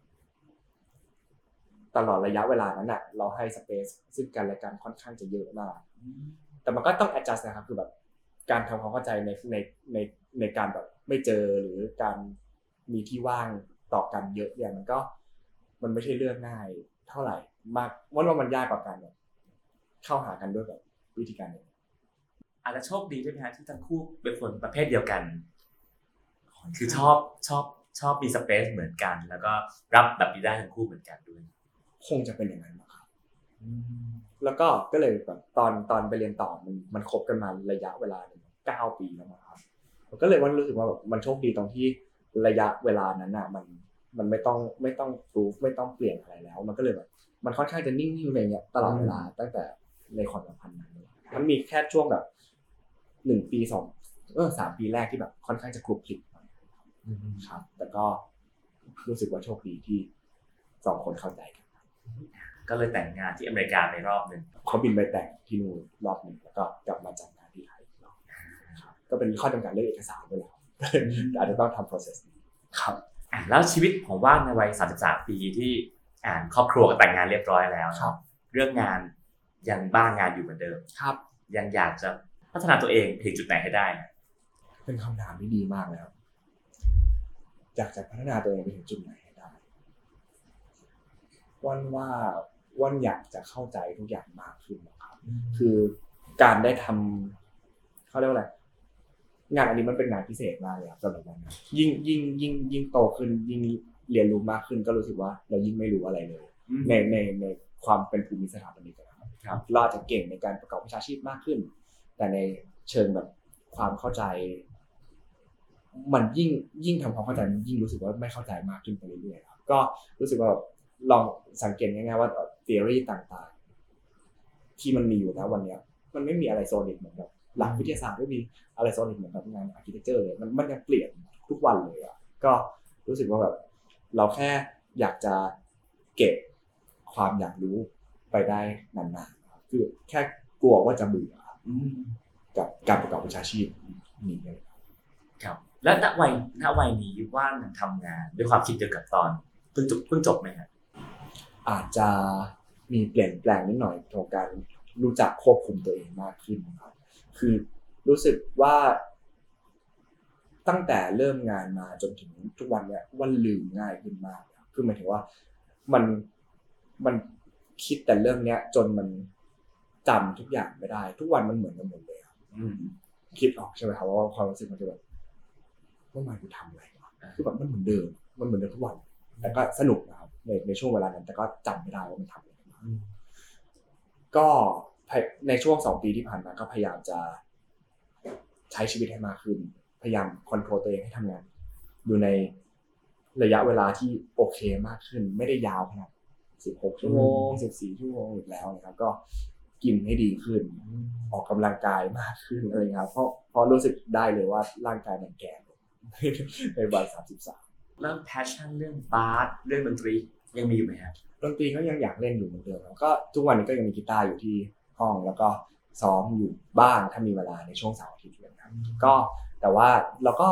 Speaker 1: ตลอดระยะเวลานั้นเราให้สเปซซึ่งกันและกันค่อนข้างจะเยอะมากแต่มันก็ต้อง adjust นะครับคือแบบการทำความเข้าใจในการแบบไม่เจอหรือการมีที่ว่างต่อกันเยอะอย่างมันไม่ใช่เรื่องง่ายเท่าไหร่มากว่ามันยากกว่ากันแบบเข้าหากันด้วยแบบวิธีการนี้
Speaker 3: อาจจะโชคดีด้วยนะที่ทั้งคู่เป็นคนประเภทเดียวกันคือชอบมีสเปซเหมือนกันแล้วก็รับแบบนี้ได้ทั้งคู่เหมือนกันด้วย
Speaker 1: คงจะเป็นอย่างนั้นนะครับแล้วก็เลยแบบตอนไปเรียนต่อมันคบกันมาระยะเวลา9 ปีแล้วครับก็เลยว่ารู้สึกว่าแบบมันโชคดีตรงที่ระยะเวลานั้นมันไม่ต้องพรูฟไม่ต้องเปลี่ยนอะไรแล้วมันก็เลยแบบมันค่อนข้างจะนิ่งอยู่ในเนี้ยตลอดเวลาตั้งแต่ในความสัมพันธ์นั้นมันมีแค่ช่วงแบบ1 ปี3 ปีแรกที่แบบค่อนข้างจะคลุกคลิกครับแต่ก็รู้สึกว่าโชคดีที่2 คนเข้าใจกัน
Speaker 3: ก็เลยแต่งงานที่อเมริกาไปรอบนึง
Speaker 1: เขาบินไปแต่งที่นู่นรอบนึงแล้วก็กลับมาจัดงานที่ไทยก็เป็นข้อจำกัดเรื่องเอกสารด้วยแล้วอาจจะต้องทำ process ครับ
Speaker 3: แล้วชีวิตของว่านในวัย33 ปีที่ครอบครัวก็แต่งงานเรียบร้อยแล้วเรื่องงานยังบ้างานอยู่เหมือนเดิม
Speaker 1: ครับ
Speaker 3: ยังอยากจะพัฒนาตัวเองถึงจุดไหนให้ได้
Speaker 1: เป็นคำถามที่ดีมากแล้วอยากจะพัฒนาตัวเองไปถึงจุดไหนให้ได้วันอยากจะเข้าใจทุกอย่างมากขึ้นนะครับคือการได้ทำเขาเรียกว่าอะไรงานอันนี้มันเป็นงานพิเศษมากเลยครับสำหรับวันยิ่งโตขึ้นยิ่งเรียนรู้มากขึ้นก็รู้สึกว่าเรายิ่งไม่รู้อะไรเลยในความเป็นภูมิสถาปนิกครับเราจะเก่งในการประกอบวิชาชีพมากขึ้นแต่ในเชิงแบบความเข้าใจมันยิ่งทำความเข้าใจยิ่งรู้สึกว่าไม่เข้าใจมากขึ้นไปเรื่อยๆครับก็รู้สึกว่าลองสังเกตง่ายๆว่า theory ต่างๆที่มันมีอยู่นะวันนี้มันไม่มีอะไร solid เหมือนแบบหลักวิทยาศาสตร์ไม่มีอะไร solid เหมือนแบบงาน architecture เลยมันยังเปลี่ยนทุกวันเลยก็รู้สึกว่าแบบเราแค่อยากจะเก็บความอยากรู้ไปได้นานๆคือแค่กลัวว่าจะเบื่อกับการประกอบวิชาชีพนี้เลย
Speaker 3: ครับและณวัยนี้ว่านทำงานด้วยความคิดเดียวกับตอนเพิ่งจบไหมครับ
Speaker 1: อาจจะมีเปลี่ยนแปลงนิดหน่อยในการรู้จักควบคุมตัวเองมากขึ้นครับคือรู้สึกว่าตั้งแต่เริ่มงานมาจนถึงทุกวันเนี้ยวันลืมง่ายขึ้นมากคือหมายถึงว่ามันคิดแต่เรื่องเนี้ยจนมันจำทุกอย่างไม่ได้ทุกวันมันเหมือนกันหมดเลยครับคิดออกใช่ไหมครับว่าความรู้สึกมันจะแบบว่ามันกูทำอะไรคือแบบมันเหมือนเดิมทุกวันแต่ก็สนุกนะครับในช่วงเวลานั้นแต่ก็จำไม่ได้ว่ามันทำอะไรก็ในช่วง2 ปีที่ผ่านมาก็พยายามจะใช้ชีวิตให้มากขึ้นพยายามคอนโทรลตัวเองให้ทำงานอยู่ในระยะเวลาที่โอเคมากขึ้นไม่ได้ยาวขนาด16 ชั่วโมง14 ชั่วโมงอีกแล้วนะครับก็กินให้ดีขึ้นออกกำลังกายมากขึ้นอะไรครับเพราะรู้สึกได้เลยว่าร่างกายมันแก่ในวัย33
Speaker 3: แล้วแพชชั่นเรื่องบาสเรื่องดนตรียังมีอยู่ไหมครับ
Speaker 1: ดนตรีก็ยังอยากเล่นอยู่เหมือนเดิมแล้วก็ทุกวันนี้ก็ยังมีกีตาร์อยู่ที่ห้องแล้วก็ซ้อมอยู่บ้างถ้ามีเวลาในช่วงเสาร์อาทิตย์นะครับก็แต่ว่าเราก็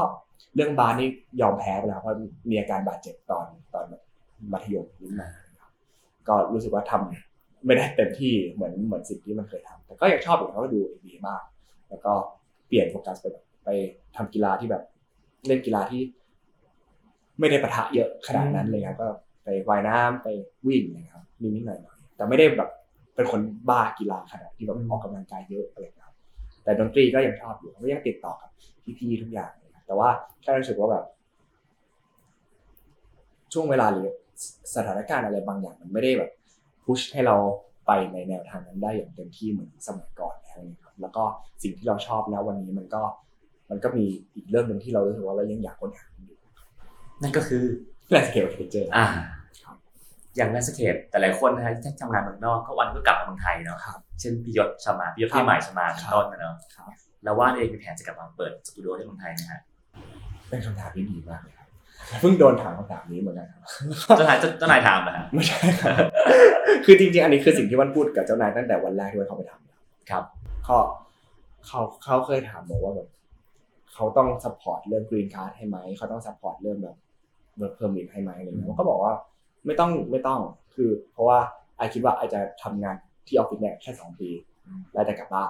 Speaker 1: เรื่องบาสนี่ยอมแพ้ไปแล้วเพราะมีอาการบาดเจ็บตอนมัธยมนิดหน่อยก็รู้สึกว่าทำไม่ได้เต็มที่เหมือนสิ่งที่มันเคยทำแต่ก็ยังชอบอยู่ก็ดูดีมากแล้วก็เปลี่ยนโฟกัสไปทำกีฬาที่แบบเล่นกีฬาที่ไม่ได้ปะทะเยอะขนาดนั้นเลยครับก็ไปว่ายน้ำไปวิ่งนะครับนิดหน่อยแต่ไม่ได้แบบเป็นคนบ้ากีฬาขนาดที่แบบออกกำลังกายเยอะอะไรครับแต่ดนตรีก็ยังชอบอยู่ก็ยังติดต่อกับพี่ๆทุกอย่างเลยแต่ว่าแค่รู้สึกว่าแบบช่วงเวลาหรือสถานการณ์อะไรบางอย่างมันไม่ได้แบบพุชให้เราไปในแนวทางนั้นได้อย่างเต็มที่เหมือนสมัยก่อนแล้วนะครับแล้วก็สิ่งที่เราชอบนะวันนี้มันก็มีอีกเรื่องนึงที่เรารู้สึกว่าเรายังอยากค้นหาอยู่
Speaker 3: นั่นก็คือ
Speaker 1: landscape architecture
Speaker 3: อย่างแลนด์สเคปแต่หลายคนนะฮะที่ทำงานเมืองนอกก็วันก็กลับมาเมืองไทยเนาะเช่นพี่ยศชมาพี่ยศพี่ใหม่ชมาเป็นต้นนะเนาะแล้วว่านเองมีแผนจะกลับมาเปิดสตูดิโอที่เมืองไทยนะฮะ
Speaker 1: เป็นคำถามที่ดีมากเลยครับเพิ่งโดนถามคำถามนี้เหมือนกันครับ
Speaker 3: เจ้านายถามนะฮะ
Speaker 1: ไม่ใช่ครับคือจริงๆอันนี้คือสิ่งที่วันพูดกับเจ้านายตั้งแต่วันแรกที่วันเขาไปทำ
Speaker 3: ครับ
Speaker 1: เขาเคยถามบอกว่าแบบเขาต้องซัพพอร์ตเรื่อง green card ให้ไหมเขาต้องซัพพอร์ตเรื่องแบบ work permit ให้ไหมอะไรเงี้ยผมก็บอกว่าไม่ต้องคือเพราะว่าไอคิดว่าไอจะทำงานที่ออฟฟิศเนี่ยแค่2 ปีแล้วจะกลับบ้าน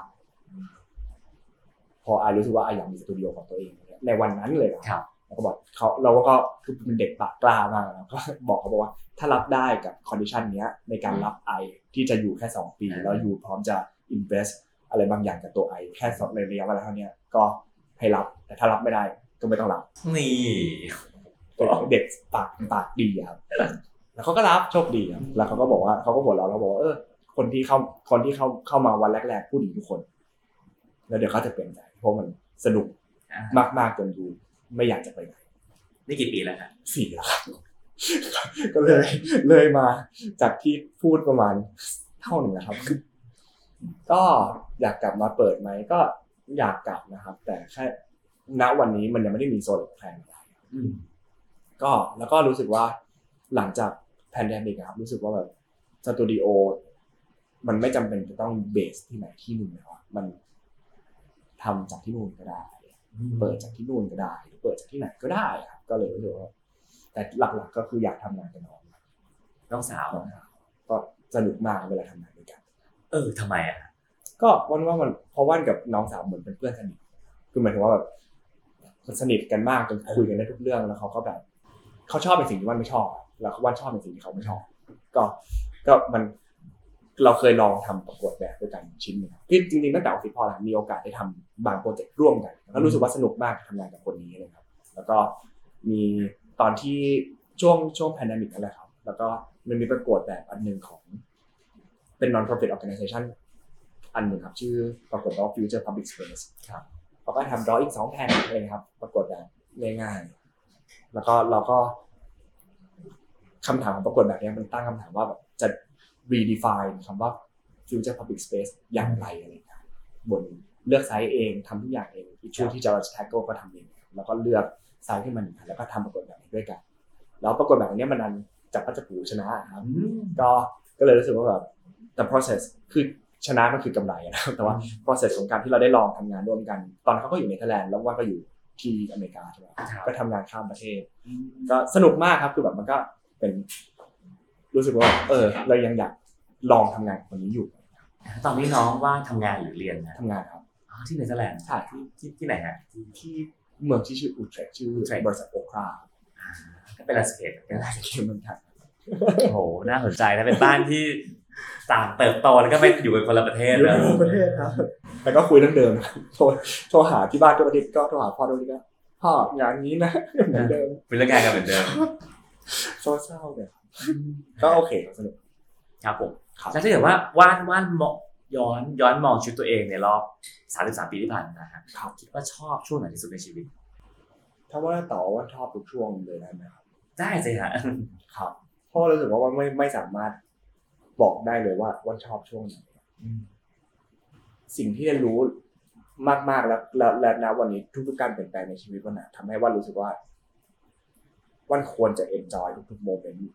Speaker 1: พอไอรู้สึกว่าไออยากมีสตูดิโอของตัวเองในวันนั้นเลยครับแล้วก็บอกเราก็คือเป็นเด็กปากกล้ามากแล้วก็บอกเขาบอกว่าถ้ารับได้กับคอนดิชันนี้ในการรับไอที่จะอยู่แค่2 ปีแล้วอยู่พร้อมจะ invest อะไรบางอย่างกับตัวไอแค่ในระยะเวลาเท่านี้ก็ให้รับแต่ถ้ารับไม่ได้ก็ไม่ต้องรับ
Speaker 3: นี่
Speaker 1: เด็กปากดีครับแล้วเขาก็รับโชคดีครับแล้วเขาก็บอกว่าเขาก็บอกเราบอกว่าคนที่เข้ามาวันแรกๆพูดดีทุกคนแล้วเดี๋ยวเขาจะเปลี่ยนใจเพราะมันสนุกมากๆจนดูไม่อยากจะไปไหน
Speaker 3: นี่กี่ปีแล้วครับ
Speaker 1: 4แล้วก็เลยมาจากที่พูดประมาณเท่านึงนะครับก็อยากกลับมาเปิดไหมก็อยากกลับนะครับแต่แค่ณวันนี้มันยังไม่ได้มีโซลิดแพลนอะไรก็แล้วก็รู้สึกว่าหลังจากแพนเดมิกครับรู้สึกว่าแบบสตูดิโอมันไม่จำเป็นจะต้องเบสที่ไหนที่หนึ่งแล้วมันทำจากที่นู่นก็ได้เปิดจากที่นู่นก็ได้เปิดจากที่ไหนก็ได้ครับก็เลยรู้สึกว่าแต่หลักๆก็คืออยากทำงานกับ
Speaker 3: น้องสาว
Speaker 1: ก็สนุกมากเวลาทำงานด้วยกัน
Speaker 3: ทำไมอ่ะ
Speaker 1: ก็ว่ามันเพราะว่านกับน้องสาวเหมือนเป็นเพื่อนสนิทคือหมายถึงว่าแบบสนิทกันมากจนคุยกันได้ทุกเรื่องแล้วเขาก็แบบเขาชอบในสิ่งที่ว่านไม่ชอบแล้วว่านชอบในสิ่งที่เขาไม่ชอบก็มันเราเคยลองทำประกวดแบบด้วยกันชิ้นนึงที่จริงๆตั้งแต่ออฟฟิศพอแล้วมีโอกาสได้ทำบางโปรเจกต์ร่วมกันแล้วรู้สึกว่าสนุกมากทำงานกับคนนี้เลยครับแล้วก็มีตอนที่ช่วงแพนเดมิกนั่นแหละครับแล้วก็มันมีประกวดแบบอันนึงของเป็น non-profit organization อันนึงครับชื่อประกวดว่า Future Public Space ครับเขาก็ทำ drawing 2 แผ่นเลยครับประกวดแบบง่ายๆแล้วก็เราก็คำถามของประกวดแบบนี้มันตั้งคำถามว่าแบบจะ redefine คำว่า future public space อย่างไรอะไรอย่างเงี้ยบนเลือกไซส์เองทำทุกอย่างเองอีกช่วงที่จะ tackle ก็ทำเองแล้วก็เลือกไซส์ที่มันแล้วก็ทำประกวดแบบนี้ด้วยกันแล้วประกวดแบบนี้มันนั้นจากพัชผูชนะครับก็เลยรู้สึกว่าแบบแต่ process คือชนะมันคือกำไรนะครับแต่ว่า process ของการที่เราได้ลองทำงานร่วมกันตอนเขาก็อยู่เนเธอร์แลนด์แล้วว่าก็อยู่ที่อเมริกาใช่ไหมก็ทำงานข้ามประเทศก็สนุกมากครับคือแบบมันก็เป็นรู้สึกว่าเรายังอยากลองทำงานกับคนนี้อยู่
Speaker 3: ตอนนี้น้องว่าทำงานหรือเรียนนะ
Speaker 1: ทำงานครับ
Speaker 3: ที่เนเธอร์แลนด์
Speaker 1: ใช่
Speaker 3: ที่ไหนฮะ
Speaker 1: ที่เมืองที่ชื่ออูเทรคชื่อบริษัทโอครา
Speaker 3: ก็เป็นแลนด์สเคป
Speaker 1: เป็นแลนด์สเคปเมืองไทย
Speaker 3: โอ้โหน่าสนใจนะเป็นบ้านที่ต่างเติบโตแล้วก็ไปอยู่เป็นคนละประเทศ
Speaker 1: แล้วประเทศครับแต่ก็คุยเรื่องเดิมโทรหาที่บ้านทุกอาทิตย์ก็โทรหาพ่อทุกอาทิตย์ก็พ่ออย่างนี้นะเหมือนเดิม
Speaker 3: เป็นเรื่องงานกันเหมือนเดิม
Speaker 1: เศร้าๆเลยก็โอเคสนุก
Speaker 3: ครับผมแล้วถ้าเกิดว่าว่านย้อนมองชีวิตตัวเองในรอบ33 ปีที่ผ่านมาครับคิดว่าชอบช่วงไหนที่สุดในชีวิต
Speaker 1: ถ้าว่าต่อว่าชอบทุกช่วงเลยได้ไหมครับ
Speaker 3: ได้สิฮะ
Speaker 1: ครับเพราะรู้สึกว่าไม่สามารถบอกได้เลยว่าชอบช่วงไหนสิ่งที่เรียนรู้มากๆแล้วนะวันนี้ทุกการเปลี่ยนแปลงในชีวิตวันน่ะทำให้ว่ารู้สึกว่าวันควรจะ enjoy ทุกๆโมเมนต์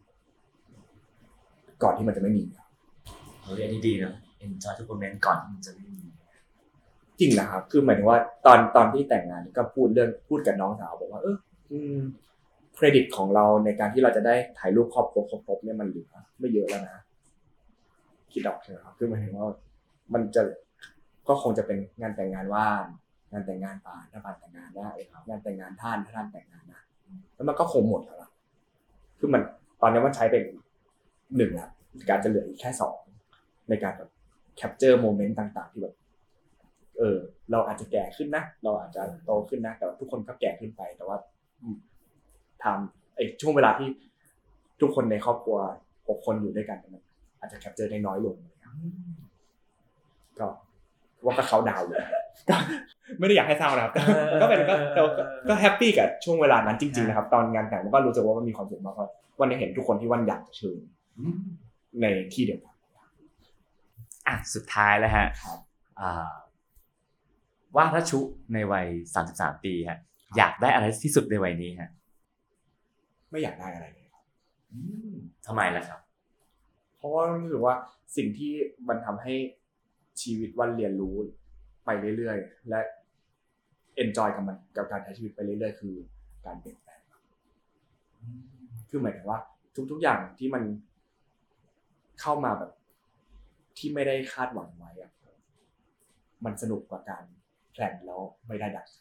Speaker 1: ก่อนที่มันจะไม่มี
Speaker 3: อันนี้ดีนะ enjoy ทุกโมเมนต์ก่อนที่มันจะไม่มี
Speaker 1: จริงนะครับคือหมายถึงว่าตอนที่แต่งงานก็พูดกับน้องสาวบอกว่าเครดิตของเราในการที่เราจะได้ถ่ายรูปครอบครัวเนี่ยมันเหลือไม่เยอะแล้วนะคิดออกใช่ไหมครับคือหมายถึงว่ามันจะก็คงจะเป็นงานแต่งงานว่านงานแต่งงานป่านถ้าป่านแต่งงานได้ครับงานแต่งงานท่านถ้าท่านแต่งงานนะแล้วมันก็คงหมดแล้วล่ะคือมันตอนนี้มันใช้เป็น1ละการจะเหลืออีกแค่2ในการแบบแคปเจอร์โมเมนต์ต่างๆที่แบบเราอาจจะแก่ขึ้นนะเราอาจจะโตขึ้นนะแต่ว่าทุกคนก็แก่ขึ้นไปแต่ว่าช่วงเวลาที่ทุกคนในครอบครัว6คนอยู่ด้วยกันมันอาจจะแคปเจอร์ได้น้อยลงก็ว่าก็เขาดาวเลยก็ไม่ได้อยากให้เศร้านะครับก็แฮปปี้กับช่วงเวลานั้นจริงๆนะครับตอนงานแต่งมันก็รู้สึกว่ามันมีความสุขมากเพราะวันนี้เห็นทุกคนที่วันอยากจะเชิญในที่เดียวกัน
Speaker 3: สุดท้ายแล้วฮะว่าถ้าชุในวัย33ปีฮะอยากได้อะไรที่สุดในวัยนี้ฮะ
Speaker 1: ไม่อยากได้อะไรเลยครับ
Speaker 3: ทำไมล่ะครับ
Speaker 1: เพราะว่ารู้สึกว่าสิ่งที่มันทำให้ชีวิตวันเรียนรู้ไปเรื่อยๆและ enjoy กับมันกับการใช้ชีวิตไปเรื่อยๆคือการเปลี่ยนแปลงคือหมายถึงว่าทุกๆอย่างที่มันเข้ามาแบบที่ไม่ได้คาดหวังไว้อะมันสนุกกว่าการแพลนแล้วไม่ได้ดัง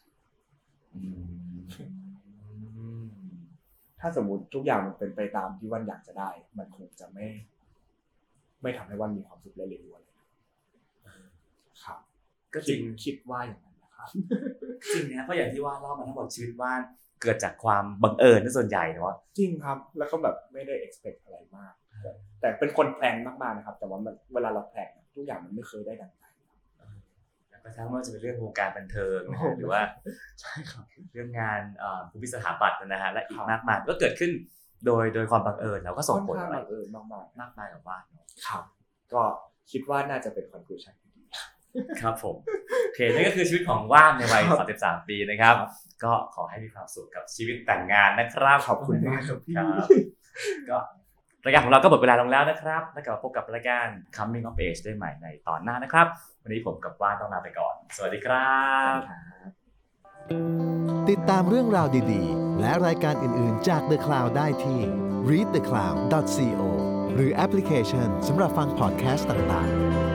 Speaker 1: ถ้าสมมุติทุกอย่างมันเป็นไปตามที่วันอยากจะได้มันคงจะไม่ทำให้วันมีความสุขและเรียนรู้อะไรครับก็จริงคิดว่าอย่างนั้นนะครับ
Speaker 3: จริงนะเพราะอย่างที่ว่าเล่ามาทั้งหมดชีวิตว่าเกิดจากความบังเอิญส่วนใหญ่เนาะ
Speaker 1: จริงครับแล้วก็แบบไม่ได้ expect อะไรมากแต่เป็นคนแพลนมากๆนะครับแต่ว่ามันเวลาเราแพลนทุกอย่างมันไม่เคยได้ดังใจ
Speaker 3: แล้วก็ทั้งว่าจะเป็นเรื่องวงการบันเทิงหรือว่า
Speaker 1: ใช่ครับ
Speaker 3: เรื่องงานภูมิสถาปัตย์นะฮะและอีกมากมายก็เกิดขึ้นโดยความบังเอิญแล้วก็ส่งผลอะไร
Speaker 1: มาก
Speaker 3: มายกับบ้าน
Speaker 1: ครับก็คิดว่าน่าจะเป็น conclusion
Speaker 3: ครับผมโอเคนี่ก็คือชีวิตของว่านในวัย33ปีนะครับก็ขอให้มีความสุขกับชีวิตแต่งงานนะครับ
Speaker 1: ขอบคุณมากครับพี่
Speaker 3: ก็รายการของเราก็หมดเวลาลงแล้วนะครับแล้วก็พบกับรายการ Coming of Age ได้ใหม่ในตอนหน้านะครับวันนี้ผมกับว่านต้องลาไปก่อนสวัสดีครับ
Speaker 2: ติดตามเรื่องราวดีๆและรายการอื่นๆจาก The Cloud ได้ที่ readthecloud.co หรือแอปพลิเคชันสำหรับฟังพอดแคสต์ต่างๆ